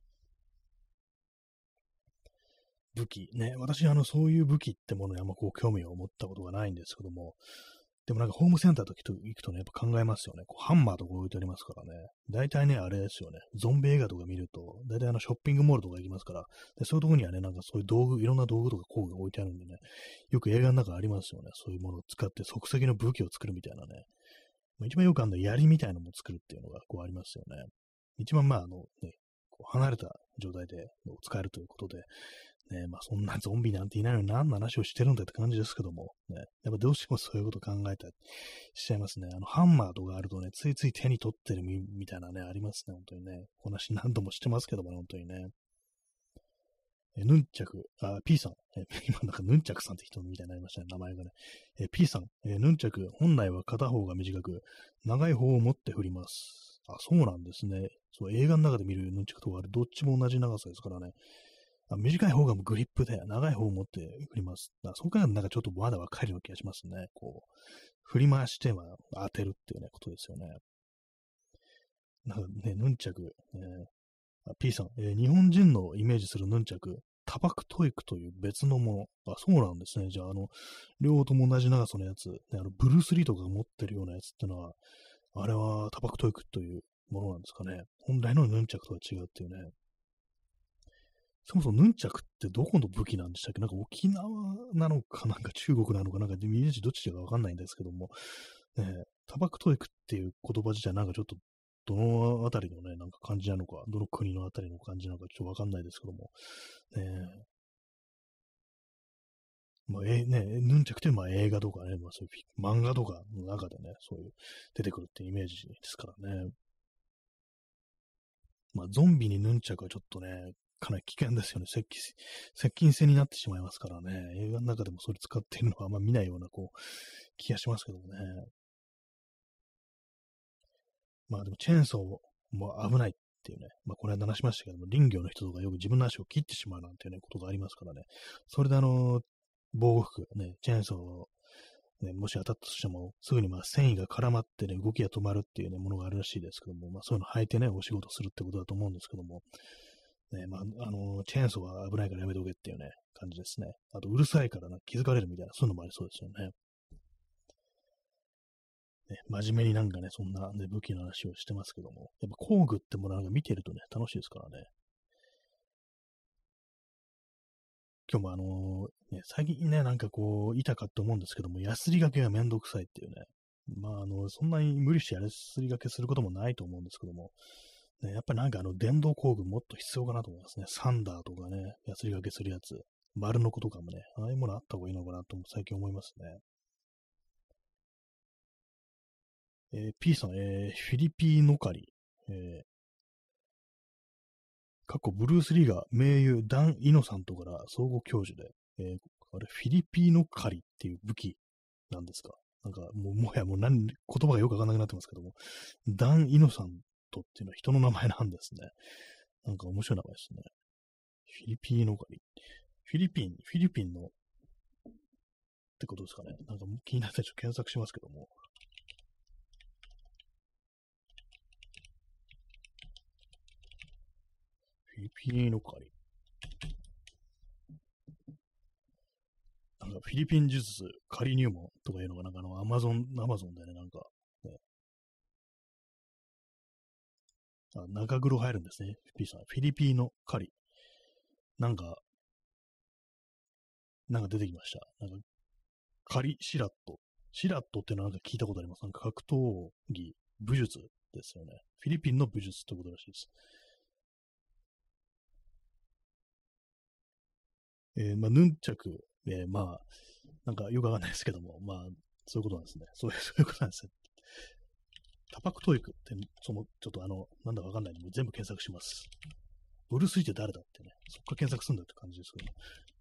武器ね。私、そういう武器ってものにあんまこう興味を持ったことがないんですけども、でもなんかホームセンターと行くとね、やっぱ考えますよね。こうハンマーとか置いてありますからね。大体ね、あれですよね。ゾンビ映画とか見ると、大体ショッピングモールとか行きますから、でそういうとこにはね、なんかそういういろんな道具とか工具が置いてあるんでね、よく映画の中ありますよね。そういうものを使って即席の武器を作るみたいなね。一番よくあるのは槍みたいなのも作るっていうのがこうありますよね。一番こう離れた状態で使えるということで、ね、そんなゾンビなんていないのに何の話をしてるんだって感じですけども、ね、やっぱどうしてもそういうこと考えたりしちゃいますね。ハンマーとかあるとね、ついつい手に取ってるみたいなね、ありますね、本当にね。お話何度もしてますけどもね、本当にね。 ヌンチャク、P さん、今なんかヌンチャクさんって人みたいになりましたね、名前がね。P さん、ヌンチャク、本来は片方が短く、長い方を持って振ります。あ、そうなんですね。そう、映画の中で見るヌンチャクとはあれ、どっちも同じ長さですからね。短い方がグリップで、長い方を持って振ります。そう考えるとなんかちょっとまだわかるような気がしますね。こう、振り回しては当てるっていうね、ことですよね。なんかね、ヌンチャク、P さん、日本人のイメージするヌンチャク、タバクトイクという別のもの。あ、そうなんですね。じゃあ、両方とも同じ長さのやつ、ね、ブルース・リーとかが持ってるようなやつってのは、あれはタバクトイクというものなんですかね。本来のヌンチャクとは違うっていうね。そもそもヌンチャクってどこの武器なんでしたっけ？なんか沖縄なのか、なんか中国なのか、なんかイメージどっちかわかんないんですけども、ね、タバクトイクっていう言葉自体なんかちょっとどのあたりのね、なんか感じなのか、どの国のあたりの感じなのかちょっとわかんないですけども、ね、まあ、ね、ヌンチャクってまあ映画とかね、まあそういう漫画とかの中でね、そういう出てくるってイメージですからね。まあゾンビにヌンチャクはちょっとね、かなり危険ですよね。接近戦になってしまいますからね。映画の中でもそれ使っているのはあんま見ないようなこう気がしますけどもね。まあでもチェーンソーも危ないっていうね、まあこれは話しましたけども、林業の人とかよく自分の足を切ってしまうなんていうね、ことがありますからね。それで防護服、ね、チェーンソー、ね、もし当たったとしても、すぐにまあ繊維が絡まってね、動きが止まるっていうね、ものがあるらしいですけども、まあそういうの履いてね、お仕事するってことだと思うんですけども、ね、まあ、チェーンソーは危ないからやめておけっていうね、感じですね。あと、うるさいからな、気づかれるみたいな、そういうのもありそうですよね。ね、真面目になんかね、そんな、ね、武器の話をしてますけども、やっぱ工具ってものなんか見てるとね、楽しいですからね。今日もね、最近ね、なんかこう、いたかと思うんですけども、ヤスリがけがめんどくさいっていうね。まあ、そんなに無理してヤスリがけすることもないと思うんですけども、ね、やっぱりなんか電動工具もっと必要かなと思いますね。サンダーとかね、ヤスリがけするやつ、丸ノコとかもね、ああいうものあった方がいいのかなと最近思いますね。P さん、フィリピーノカリ、過去ブルース・リーが名優ダン・イノさんとから相互教授で、あれ、フィリピーノカリっていう武器なんですか？なんか、もはやもう言葉がよくわかんなくなってますけども、ダン・イノさんとっていうのは人の名前なんですね。なんか面白い名前ですね。フィリピーノカリ。フィリピンのってことですかね。なんか気になってちょっと検索しますけども。フィリピーノカリ。なんかフィリピン術仮入門とかいうのがなんかアマゾンでね、なんか、ね、中黒入るんですね。P さん。フィリピーノカリ。なんか、なんか出てきました。なんか、カリシラット。シラットっていうのはなんか聞いたことあります。なんか格闘技、武術ですよね。フィリピンの武術ってことらしいです。まあ、ヌンチャク、まあ、なんかよくわかんないですけども、まあ、そういうことなんですね。そういうことなんですね。タバクトイクって、ちょっとなんだかわかんないんで、もう全部検索します。ブルース・リーって誰だってね、そっから検索するんだって感じですけど、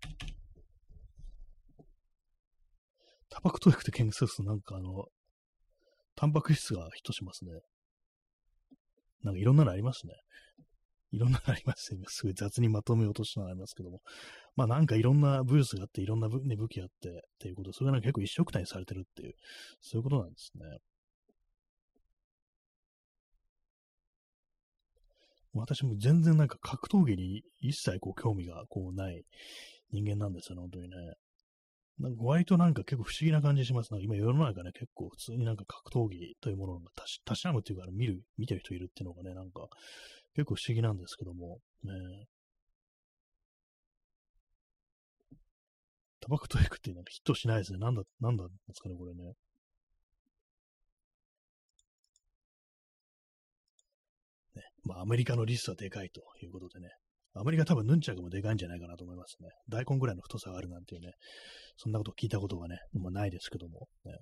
タバクトイクって検索するとなんかタンパク質がヒットしますね。なんかいろんなのありますね。いろんなのありますね。すごい雑にまとめようとしたのありますけども。まあなんかいろんなブースがあって、いろんなね、武器があって、っていうことで、それがなんか結構一緒くたにされてるっていう、そういうことなんですね。私も全然なんか格闘技に一切こう興味がこうない人間なんですよね、本当にね。なんか割となんか結構不思議な感じします。なんか今世の中ね、結構普通になんか格闘技というものがたしなむっていうか、見てる人いるっていうのがね、なんか結構不思議なんですけども、ね、タバコとエクっていうのはヒットしないですね。なんだんですかね、これね。まあアメリカのリスはでかいということでね。アメリカ多分ヌンチャクもでかいんじゃないかなと思いますね。大根ぐらいの太さがあるなんていうね、そんなことを聞いたことがね、まあ、ないですけども、ね。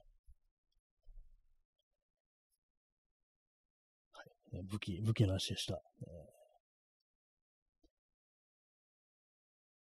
はい。武器の話でした。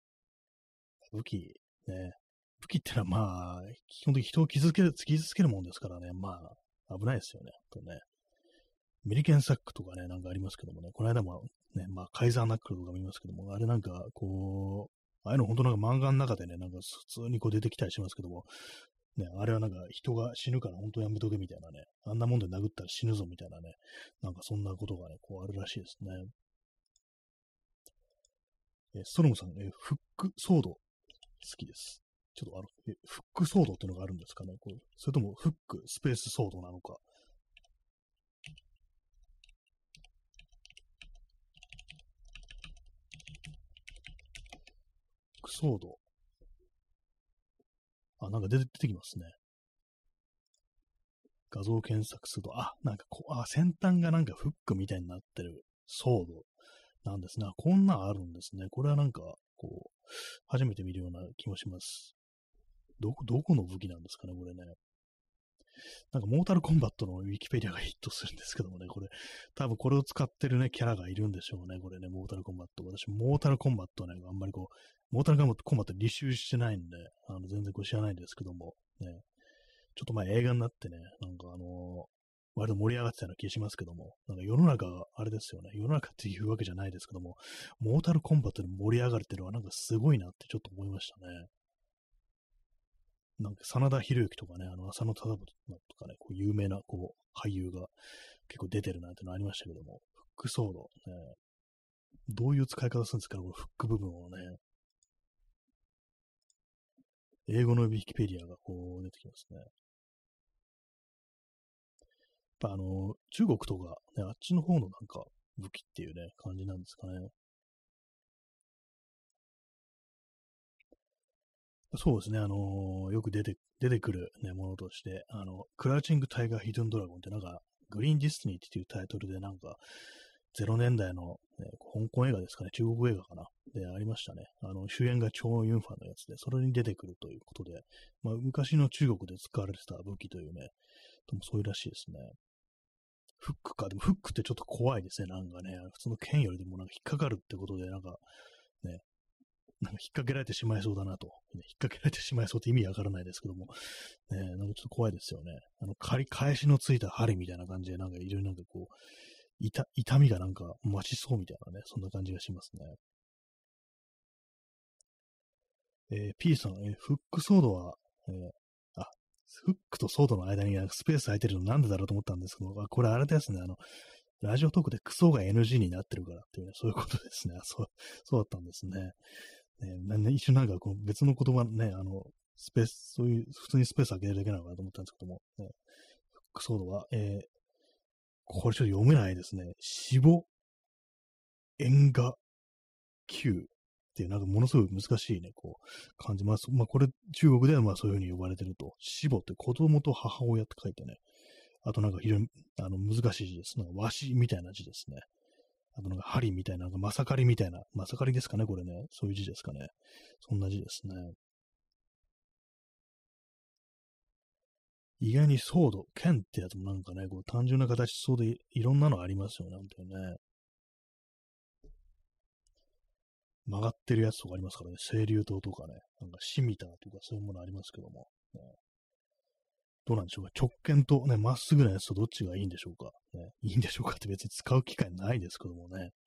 武器、ね、武器ってのはまあ、基本的に人を傷つけるもんですからね、まあ、危ないですよね、とね。メリケンサックとかね、なんかありますけどもね、この間もね、まあ、カイザーナックルとか見ますけども、あれなんか、こう、ああいうの本当なんか漫画の中でね、なんか普通にこう出てきたりしますけども、ね、あれはなんか人が死ぬから本当やめとけみたいなね、あんなもんで殴ったら死ぬぞみたいなね、なんかそんなことがね、こうあるらしいですね。ストロムさん、フックソード好きです。ちょっとフックソードっていうのがあるんですかね、これ。それともフックスペースソードなのか。フックソード。あ、なんか出てきますね。画像検索すると、なんか先端がなんかフックみたいになってるソードなんですね。こんなんあるんですね。これはなんか、こう、初めて見るような気もします。どこの武器なんですかね、これね。なんか、モータルコンバットのウィキペディアがヒットするんですけどもね、これ、多分これを使ってるね、キャラがいるんでしょうね、これね、モータルコンバット。私、モータルコンバットはね、あんまりこう、モータルコンバット履修してないんで、全然こう知らないんですけども、ね、ちょっと前映画になってね、なんか割と盛り上がってたような気がしますけども、なんか世の中があれですよね、世の中っていうわけじゃないですけども、モータルコンバットで盛り上がるっていうのはなんかすごいなってちょっと思いましたね。なんか、真田広之とかね、浅野忠信とかね、こう有名な、こう、俳優が結構出てるなんてのありましたけども、フックソード、ね、どういう使い方するんですかね、このフック部分をね。英語のウィキペディアがこう出てきますね。やっぱ中国とか、ね、あっちの方のなんか武器っていうね、感じなんですかね。そうですね、よく出てくる、ね、ものとして、クラウチングタイガーヒドゥンドラゴンってなんか、グリーンディスティニーっていうタイトルでなんか、0年代の、ね、香港映画ですかね、中国映画かな、でありましたね。主演がチョウ・ユンファンのやつで、それに出てくるということで、まあ、昔の中国で使われてた武器というね、ともそういうらしいですね。フックか、でもフックってちょっと怖いですね、なんかね、普通の剣よりでもなんか引っかかるってことで、なんか、ね、なんか引っ掛けられてしまいそうだなと。ね、引っ掛けられてしまいそうって意味わからないですけども、ね、なんかちょっと怖いですよね。返しのついた針みたいな感じで、なんかいろいろなんかこう、痛みがなんか増しそうみたいなね、そんな感じがしますね。P さん、フックソードは、あ、フックとソードの間にスペース空いてるのなんでだろうと思ったんですけど、これあれですね、ラジオトークでクソが NG になってるからっていうね、そういうことですね。そうだったんですね。一瞬なんかこう別の言葉ね、スペース、そういう、普通にスペース開けるだけなのかなと思ったんですけども、ね、フックソードは、これちょっと読めないですね。死母縁画球っていう、なんかものすごい難しいね、こう、感じます。まあ、これ、中国ではまあそういうふうに呼ばれてると。死母って子供と母親って書いてね。あとなんか非常に、難しい字です。なんか和紙みたいな字ですね。あとなんか針みたいな、なんかまさかりみたいな、まさかりですかね、これね。そういう字ですかね。そんな字ですね。意外にソード、剣ってやつもなんかね、こう単純な形そうでいろんなのありますよね、本当にね。曲がってるやつとかありますからね。清流刀とかね。なんかシミターとかそういうものありますけども。ね、どうなんでしょうか。直剣とね、まっすぐなやつとどっちがいいんでしょうか。ね、いいんでしょうかって別に使う機会ないですけどもね。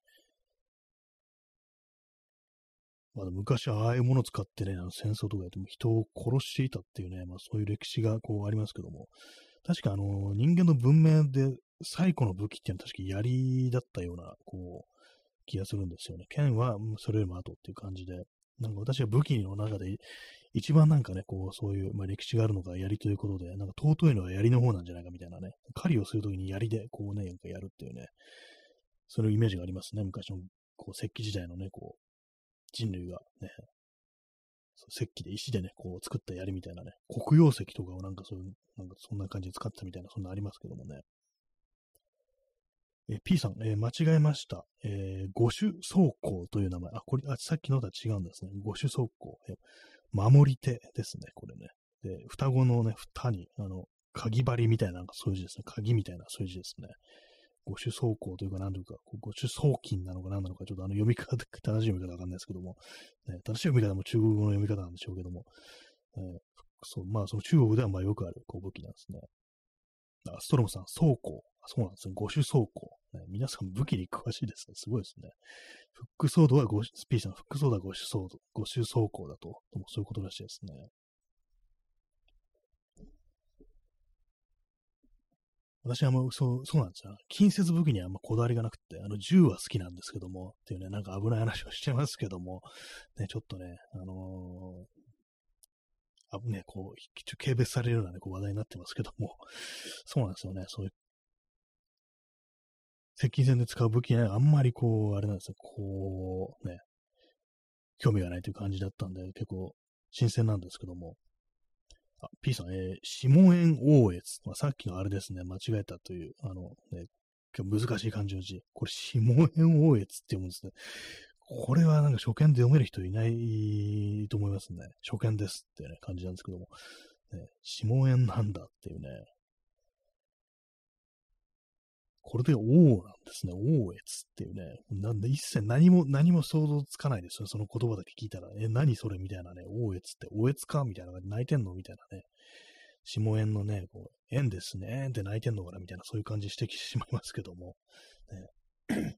まあ、昔はああいうものを使ってね、戦争とかやっても人を殺していたっていうね、まあそういう歴史がこうありますけども、確か人間の文明で最古の武器っていうのは確か槍だったような、こう、気がするんですよね。剣はそれよりも後っていう感じで、なんか私は武器の中で一番なんかね、こう、そういう、まあ、歴史があるのが槍ということで、なんか尊いのは槍の方なんじゃないかみたいなね、狩りをするときに槍でこうね、なんかやるっていうね、そういうイメージがありますね。昔のこう石器時代のね、こう、人類がね、石器で石でね、こう作った槍みたいなね、黒曜石とかをなんかそういう、なんかそんな感じで使ったみたいな、そんなありますけどもね。P さん、間違えました。五種走行という名前。これ、さっきのとは違うんですね。五種走行。守り手ですね、これね。で、双子のね、蓋に、鍵針みたいな、なんかそういう字ですね。鍵みたいな、そういう字ですね。 五種走行というか、なんというか、五種走金なのか何なのか、ちょっと読み方、正しい読み方わかんないですけども、ね、正しい読み方も中国語の読み方なんでしょうけども、そう、まあ、その中国ではまあよくある武器なんですね。ストロムさん、走行。そうなんですね。五種走行。ね、皆さん武器に詳しいですね。すごいですね。フックソードはスピーさん、フックソードは五種走行だと。でもそういうことらしいですね。私はそうなんですよ。近接武器にはあんまこだわりがなくて、銃は好きなんですけども、っていうね、なんか危ない話をしちゃいますけども、ね、ちょっとね、ね、こう、一応軽蔑されるようなね、こう話題になってますけども、そうなんですよね。そういう接近戦で使う武器ね、あんまりこう、あれなんですよ、こう、ね、興味がないという感じだったんで、結構新鮮なんですけども、P さん、下円応越。まあ、さっきのあれですね、間違えたという、ね、難しい漢字の字。これ、下円応越って読むんですね。これはなんか初見で読める人いないと思いますね。初見ですってね、感じなんですけども。ね、下円なんだっていうね。これで王なんですね。王越っていうね。なんで一切何も想像つかないですよ。その言葉だけ聞いたら。何それみたいなね。王越って、お越かみたいな。泣いてんのみたいなね。下縁のね、こう、縁ですね。縁って泣いてんのかなみたいな、そういう感じしてきてしまいますけども。ね、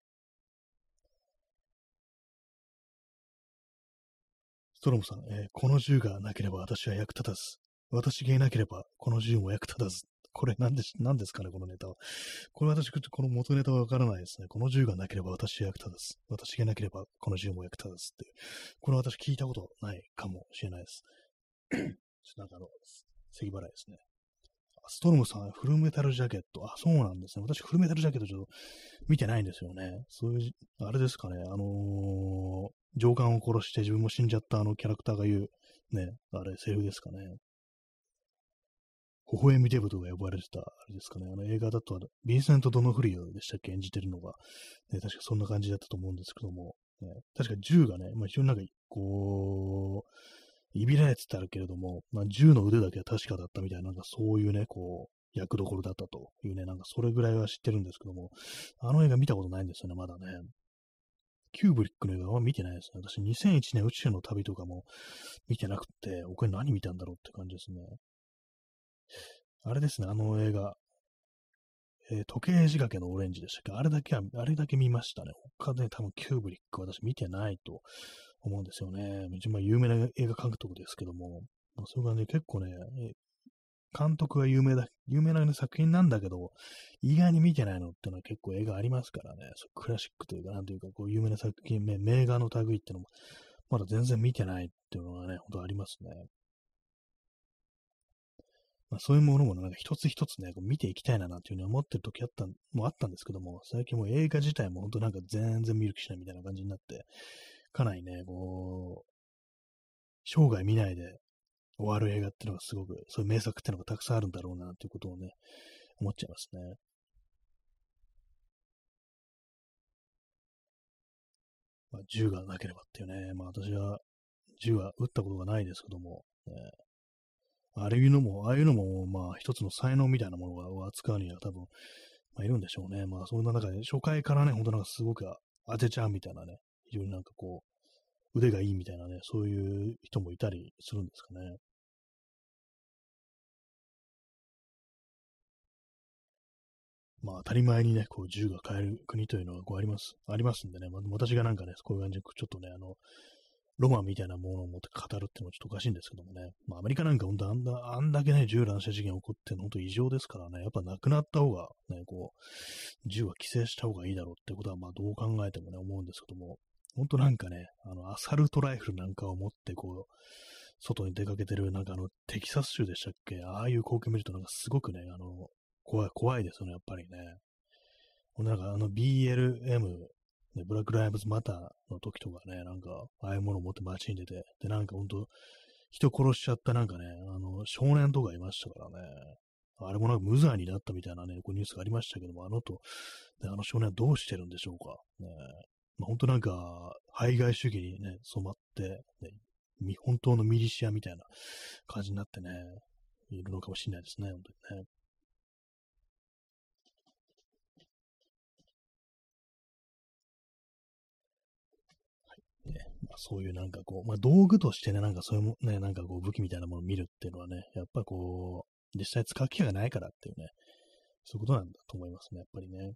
ストロムさん、この銃がなければ私は役立たず。私がいなければこの銃も役立たず。これ何ですかね、このネタは。これ私、この元ネタはわからないですね。この銃がなければ私は役立たず。私がいなければこの銃も役立たずっていう。これ私聞いたことないかもしれないです。ちょっとなんか咳払いですね。ストロムさん、フルメタルジャケット。そうなんですね。私、フルメタルジャケットちょっと見てないんですよね。そういう、あれですかね。上官を殺して自分も死んじゃったキャラクターが言う、ね、あれ、セリフですかね。微笑みデブとか呼ばれてた、あれですかね。映画だとビンセント・ドノフリオでしたっけ、演じてるのが。ね、確かそんな感じだったと思うんですけども。ね、確か銃がね、非常になんか、こう、いびられてたけれども、銃の腕だけは確かだったみたいな、なんかそういうね、こう、役どころだったというね、なんかそれぐらいは知ってるんですけども、あの映画見たことないんですよね、まだね。キューブリックの映画は見てないですね。私2001年宇宙の旅とかも見てなくて、他に何見たんだろうって感じですね。あれですね、あの映画、時計仕掛けのオレンジでしたっけ、あれだけ見ましたね。他で多分キューブリック私見てないと思うんですよね。一番有名な映画監督ですけども、そういう感じで結構ね、監督が有名な、ね、作品なんだけど、意外に見てないのってのは結構映画ありますからね、クラシックというか、なんというか、こう有名な作品、名画の類ってのも、まだ全然見てないっていうのがね、本当ありますね。そういうものもなんか一つ一つね、こう見ていきたいななんていうふうに思ってる時もあったんですけども、最近もう映画自体も本当なんか全然見る気しないみたいな感じになって、かなりね、こう、生涯見ないで終わる映画っていうのがすごく、そういう名作っていうのがたくさんあるんだろうなということをね、思っちゃいますね。銃がなければっていうね、私は銃は撃ったことがないですけども、ああいうのも、一つの才能みたいなものを扱うには多分、いるんでしょうね。そんな中で、初回からね、ほんとなんかすごく当てちゃうみたいなね、非常になんかこう、腕がいいみたいなね、そういう人もいたりするんですかね。当たり前にね、こう、銃が買える国というのはこうありますんでね、私がなんかね、こういう感じで、ちょっとね、ロマンみたいなものを持って語るっていうのはちょっとおかしいんですけどもね。アメリカなんか本当あんだけね、銃乱射事件起こってんの本当異常ですからね。やっぱなくなった方が、ね、こう、銃は規制した方がいいだろうってことは、どう考えてもね、思うんですけども。本当なんかね、アサルトライフルなんかを持って、こう、外に出かけてる、なんかテキサス州でしたっけ、ああいう光景見るとなんかすごくね、怖いですよね、やっぱりね。ほんでなんかBLM、ね、ブラックライブズマターの時とかね、なんか、ああいうものを持って街に出て、で、なんかほんと、人殺しちゃったなんかね、少年とかいましたからね。あれもなんか無罪になったみたいなね、こうニュースがありましたけども、あの少年はどうしてるんでしょうか。ね、本当なんか、排外主義にね、染まって、ね、本当のミリシアみたいな感じになってね、いるのかもしれないですね、本当にね。 そういうなんかこう、道具としてね、なんかそういうもね、なんかこう武器みたいなものを見るっていうのはね、やっぱこう、実際使う機会がないからっていうね、そういうことなんだと思いますね、やっぱりね。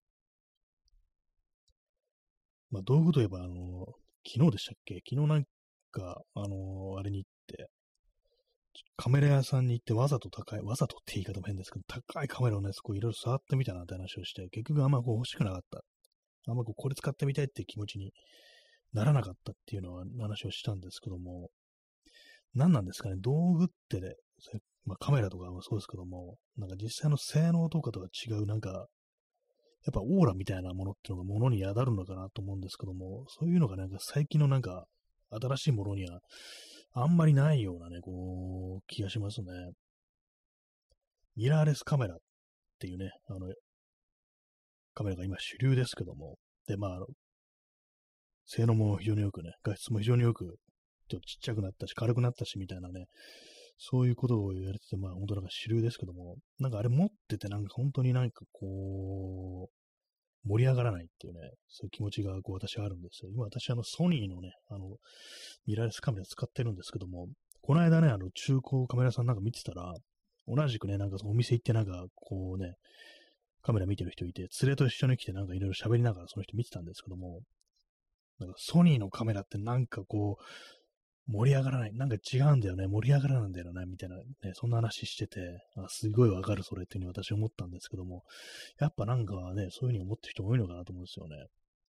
道具といえば、昨日でしたっけ？昨日なんか、あれに行って、カメラ屋さんに行ってわざとって言い方も変ですけど、高いカメラをね、こういろいろ触ってみたなって話をして、結局あんまこう欲しくなかった。あんまこれ使ってみたいって気持ちにならなかったっていうのは話をしたんですけども、何なんですかね、道具ってね、カメラとかもそうですけども、なんか実際の性能とかとは違う、なんか、やっぱオーラみたいなものっていうのが物に宿るのかなと思うんですけども、そういうのがなんか最近のなんか、新しいものにはあんまりないようなね、こう、気がしますね。ミラーレスカメラっていうね、カメラが今主流ですけども、で、性能も非常によくね、画質も非常によく、ちょっとちっちゃくなったし、軽くなったし、みたいなね、そういうことを言われてて、本当なんか主流ですけども、なんかあれ持ってて、なんか本当になんかこう、盛り上がらないっていうね、そういう気持ちがこう私はあるんですよ。今私ソニーのね、ミラーレスカメラ使ってるんですけども、この間ね、中古カメラさんなんか見てたら、同じくね、なんかそのお店行ってなんかこうね、カメラ見てる人いて、連れと一緒に来てなんかいろいろ喋りながらその人見てたんですけども、なんかソニーのカメラってなんかこう、盛り上がらない。なんか違うんだよね。盛り上がらないんだよね。みたいなね、そんな話してて、すごいわかるそれっていうふうに私は思ったんですけども、やっぱなんかね、そういうふうに思ってる人多いのかなと思うんですよね。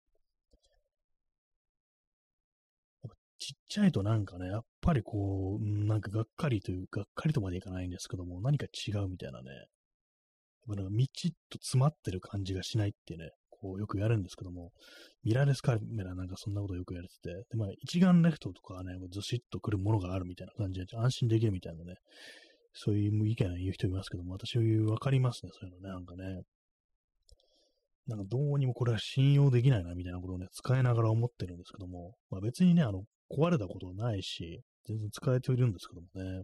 ちっちゃいとなんかね、やっぱりこう、なんかがっかりという、がっかりとまでいかないんですけども、何か違うみたいなね、やっぱなんかみちっと詰まってる感じがしないってね、こうよくやるんですけども、ミラーレスカメラなんかそんなことよくやれてて、で、一眼レフトとかはね、ずしっとくるものがあるみたいな感じで安心できるみたいなね、そういう意見を言う人いますけども、私はわかりますね、そういうのね、なんかね。なんかどうにもこれは信用できないな、みたいなことをね、使いながら思ってるんですけども、別にね、壊れたことはないし、全然使えているんですけどもね。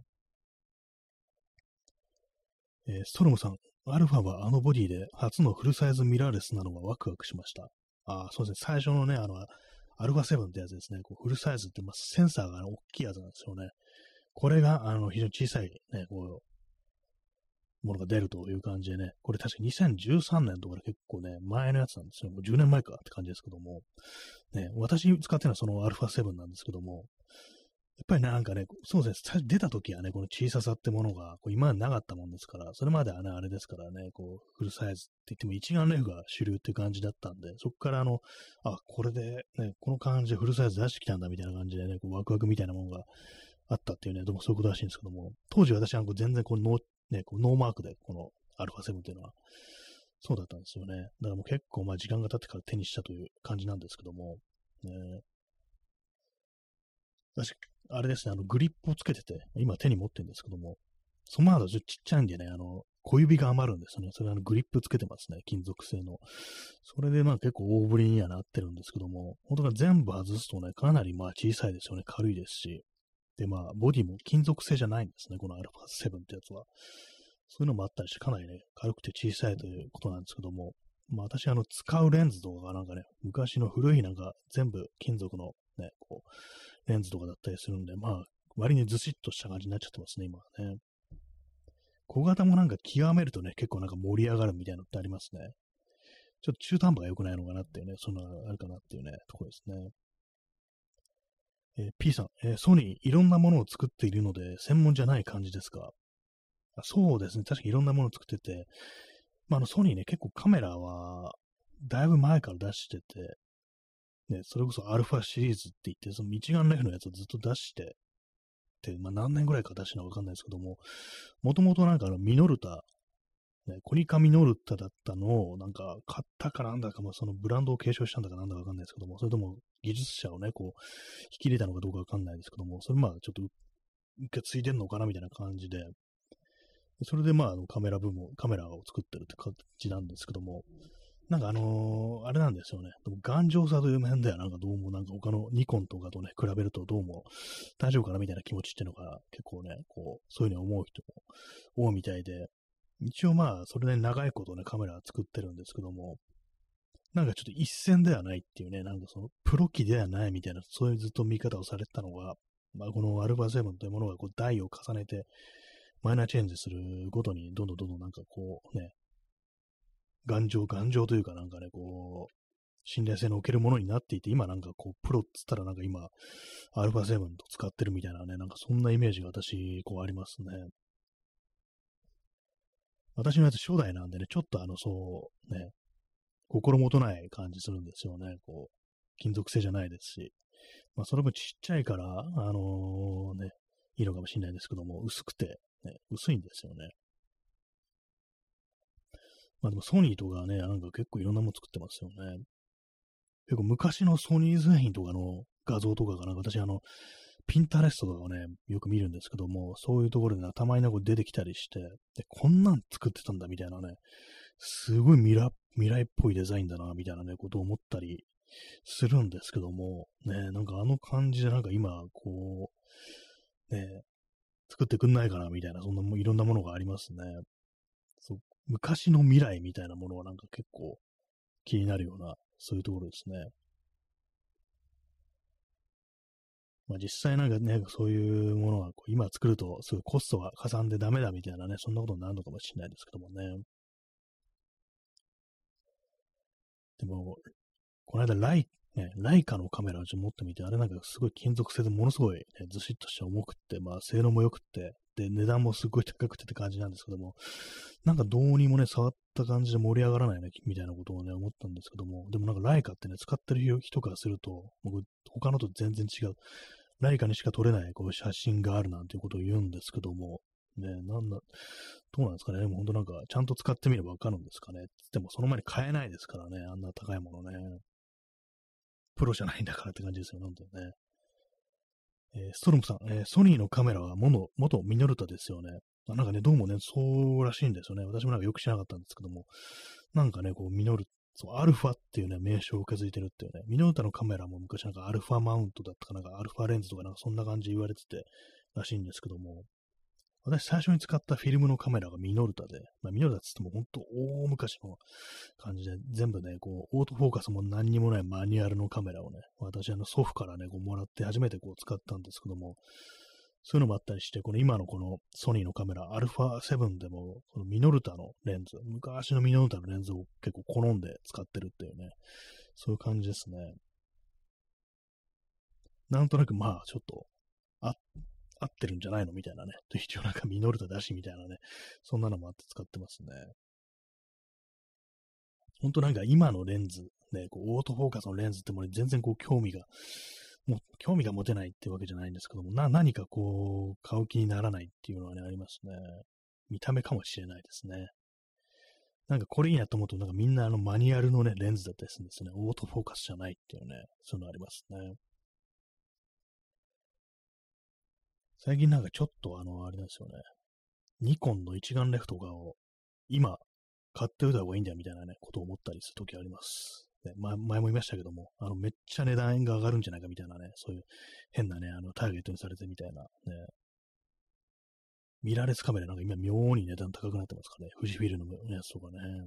ストロムさん、アルファはあのボディで初のフルサイズミラーレスなのはワクワクしました。そうですね。最初のね、アルファ7ってやつですね。こうフルサイズって、センサーが大きいやつなんですよね。これが、非常に小さいね、こう、ものが出るという感じでね。これ確か2013年とかで結構ね、前のやつなんですよ。もう10年前かって感じですけども。ね、私使ってるのはそのアルファ7なんですけども、やっぱりなんかね、そうですね、出た時はね、この小ささってものが、今までなかったもんですから、それまではね、あれですからね、フルサイズって言っても一眼レフが主流っていう感じだったんで、そこからこれでね、この感じでフルサイズ出してきたんだみたいな感じでね、ワクワクみたいなものがあったっていうね、どうもそういうことらしいんですけども、当時私は全然ノーマークで、このアルファ7っていうのは、そうだったんですよね。だからもう結構時間が経ってから手にしたという感じなんですけども、ね、私、あれですね、グリップをつけてて、今手に持ってるんですけども、その後ちっちゃいんでね、小指が余るんですよね。それグリップつけてますね。金属製の。それで結構大ぶりにはなってるんですけども、本当が全部外すとね、かなり小さいですよね。軽いですし。で、ボディも金属製じゃないんですね。この α7 ってやつは。そういうのもあったりして、かなりね、軽くて小さいということなんですけども、私、使うレンズとかがなんかね、昔の古いなんか全部金属のね、レンズとかだったりするんで、割にずしっとした感じになっちゃってますね、今はね。小型もなんか極めるとね、結構なんか盛り上がるみたいなのってありますね。ちょっと中途半端が良くないのかなっていうね、そんなあるかなっていうね、ところですね。P さん、ソニーいろんなものを作っているので、専門じゃない感じですか？そうですね、確かにいろんなものを作ってて、ソニーね、結構カメラは、だいぶ前から出してて、ね、それこそアルファシリーズって言って、その一眼レフのやつをずっと出してて、何年ぐらいか出したのかわかんないですけども、もともとなんかミノルタ、ね、コニカミノルタだったのを、なんか買ったかなんだか、そのブランドを継承したんだかなんだかわかんないですけども、それとも技術者をね、引き入れたのかどうかわかんないですけども、それちょっと受け継いでんのかなみたいな感じで、それでカメラを作ってるって感じなんですけども、なんかあれなんですよね。でも頑丈さという面ではなんかどうもなんか他のニコンとかとね、比べるとどうも大丈夫かなみたいな気持ちっていうのが結構ね、そういうふうに思う人も多いみたいで、一応それで長いことね、カメラ作ってるんですけども、 なんかちょっと一線ではないっていうね、なんかそのプロ機ではないみたいな、そういうずっと見方をされてたのが、まあ、この α7 というものがこう台を重ねてマイナーチェンジするごとに、どんどんどんどんなんかこうね、頑丈というかなんかね、こう、信頼性のおけるものになっていて、今なんかこう、プロっつったらなんか今、α7 と使ってるみたいなね、なんかそんなイメージが私、こうありますね。私のやつ初代なんでね、ちょっとそうね、心もとない感じするんですよね。こう、金属製じゃないですし。まあ、それもちっちゃいから、ね、いいのかもしれないですけども、薄くて、ね、薄いんですよね。まあでもソニーとかね、なんか結構いろんなもの作ってますよね。結構昔のソニー製品とかの画像とかがなんか私ピンタレストとかをね、よく見るんですけども、そういうところで、たまになんか出てきたりして、で、こんなん作ってたんだみたいなね、すごい未来っぽいデザインだな、みたいなね、ことを思ったりするんですけども、ね、なんかあの感じでなんか今、こう、ね、作ってくんないかな、みたいな、そんなもいろんなものがありますね。そう、昔の未来みたいなものはなんか結構気になるような、そういうところですね。まあ実際なんかね、そういうものはこう今作るとすごいコストがかさんでダメだみたいなね、そんなことになるのかもしれないですけどもね。でも、この間ライカのカメラをちょっと持ってみて、あれなんかすごい金属製でものすごい、ね、ずしっとして重くって、まあ性能も良くって、で、値段もすごい高くてって感じなんですけども、なんかどうにもね、触った感じで盛り上がらないね、みたいなことをね、思ったんですけども、でもなんかライカってね、使ってる人からすると、僕、他のと全然違う。ライカにしか撮れないこう写真があるなんていうことを言うんですけども、ね、どうなんですかね。でも本当なんか、ちゃんと使ってみればわかるんですかね。でもその前に買えないですからね。あんな高いものね。プロじゃないんだからって感じですよ、本当にね。ストロムさん、ソニーのカメラは元ミノルタですよね。なんかね、どうもね、そうらしいんですよね。私もなんかよく知らなかったんですけども、なんかね、こう、そう、アルファっていうね、名称を築いてるっていうね、ミノルタのカメラも昔なんかアルファマウントだったかなんかアルファレンズとかなんかそんな感じで言われててらしいんですけども、私最初に使ったフィルムのカメラがミノルタで、まあ、ミノルタって言っても本当大昔の感じで、全部ね、こう、オートフォーカスも何にもないマニュアルのカメラをね、私祖父からね、こうもらって初めてこう使ったんですけども、そういうのもあったりして、この今のこのソニーのカメラ、α7 でも、このミノルタのレンズ、昔のミノルタのレンズを結構好んで使ってるっていうね、そういう感じですね。なんとなくまあ、ちょっと、あ、合ってるんじゃないのみたいなね。一応なんかミノルタだしみたいなね。そんなのもあって使ってますね。ほんとなんか今のレンズ、ね、こうオートフォーカスのレンズってもう全然こう興味が持てないってわけじゃないんですけども、何かこう、買う気にならないっていうのはね、ありますね。見た目かもしれないですね。なんかこれいいなと思うと、なんかみんなマニュアルのね、レンズだったりするんですね。オートフォーカスじゃないっていうね、そういうのありますね。最近なんかちょっとあれなんですよね。ニコンの一眼レフとかを今買っておいた方がいいんだよみたいなね、ことを思ったりするときあります。ね、前も言いましたけども、めっちゃ値段が上がるんじゃないかみたいなね、そういう変なね、ターゲットにされてみたいな、ね、ミラーレスカメラなんか今妙に値段高くなってますからね、富士フィルムのやつとかね、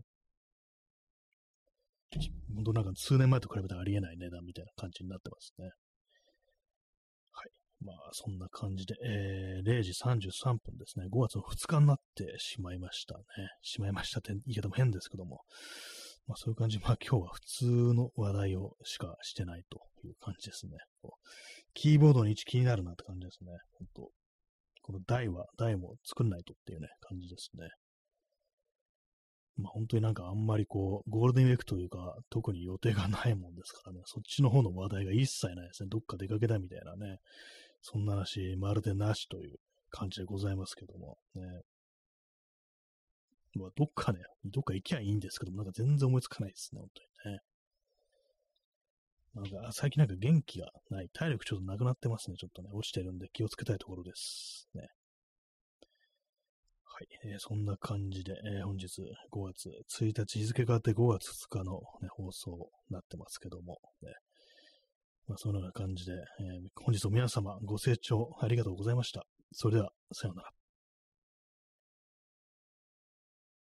本当なんか数年前と比べたらありえない値段みたいな感じになってますね。はい。まあ、そんな感じで、0時33分ですね。5月の2日になってしまいましたね。しまいましたって言い方も変ですけども。まあそういう感じ。まあ今日は普通の話題をしかしてないという感じですね。キーボードの位置気になるなって感じですね。本当この台も作んないとっていうね、感じですね。まあ本当になんかあんまりこう、ゴールデンウィークというか、特に予定がないもんですからね、そっちの方の話題が一切ないですね。どっか出かけたみたいなね、そんな話、まるでなしという感じでございますけども、ね。まあ、どっか行きゃいいんですけども、なんか全然思いつかないですね、本当にね。なんか、最近なんか元気がない。体力ちょっとなくなってますね。ちょっとね、落ちてるんで気をつけたいところです。ね。はい。そんな感じで、本日5月1日、日付変わって5月2日の、ね、放送になってますけども、ね。まあ、そんな感じで、本日も皆様ご清聴ありがとうございました。それでは、さようなら。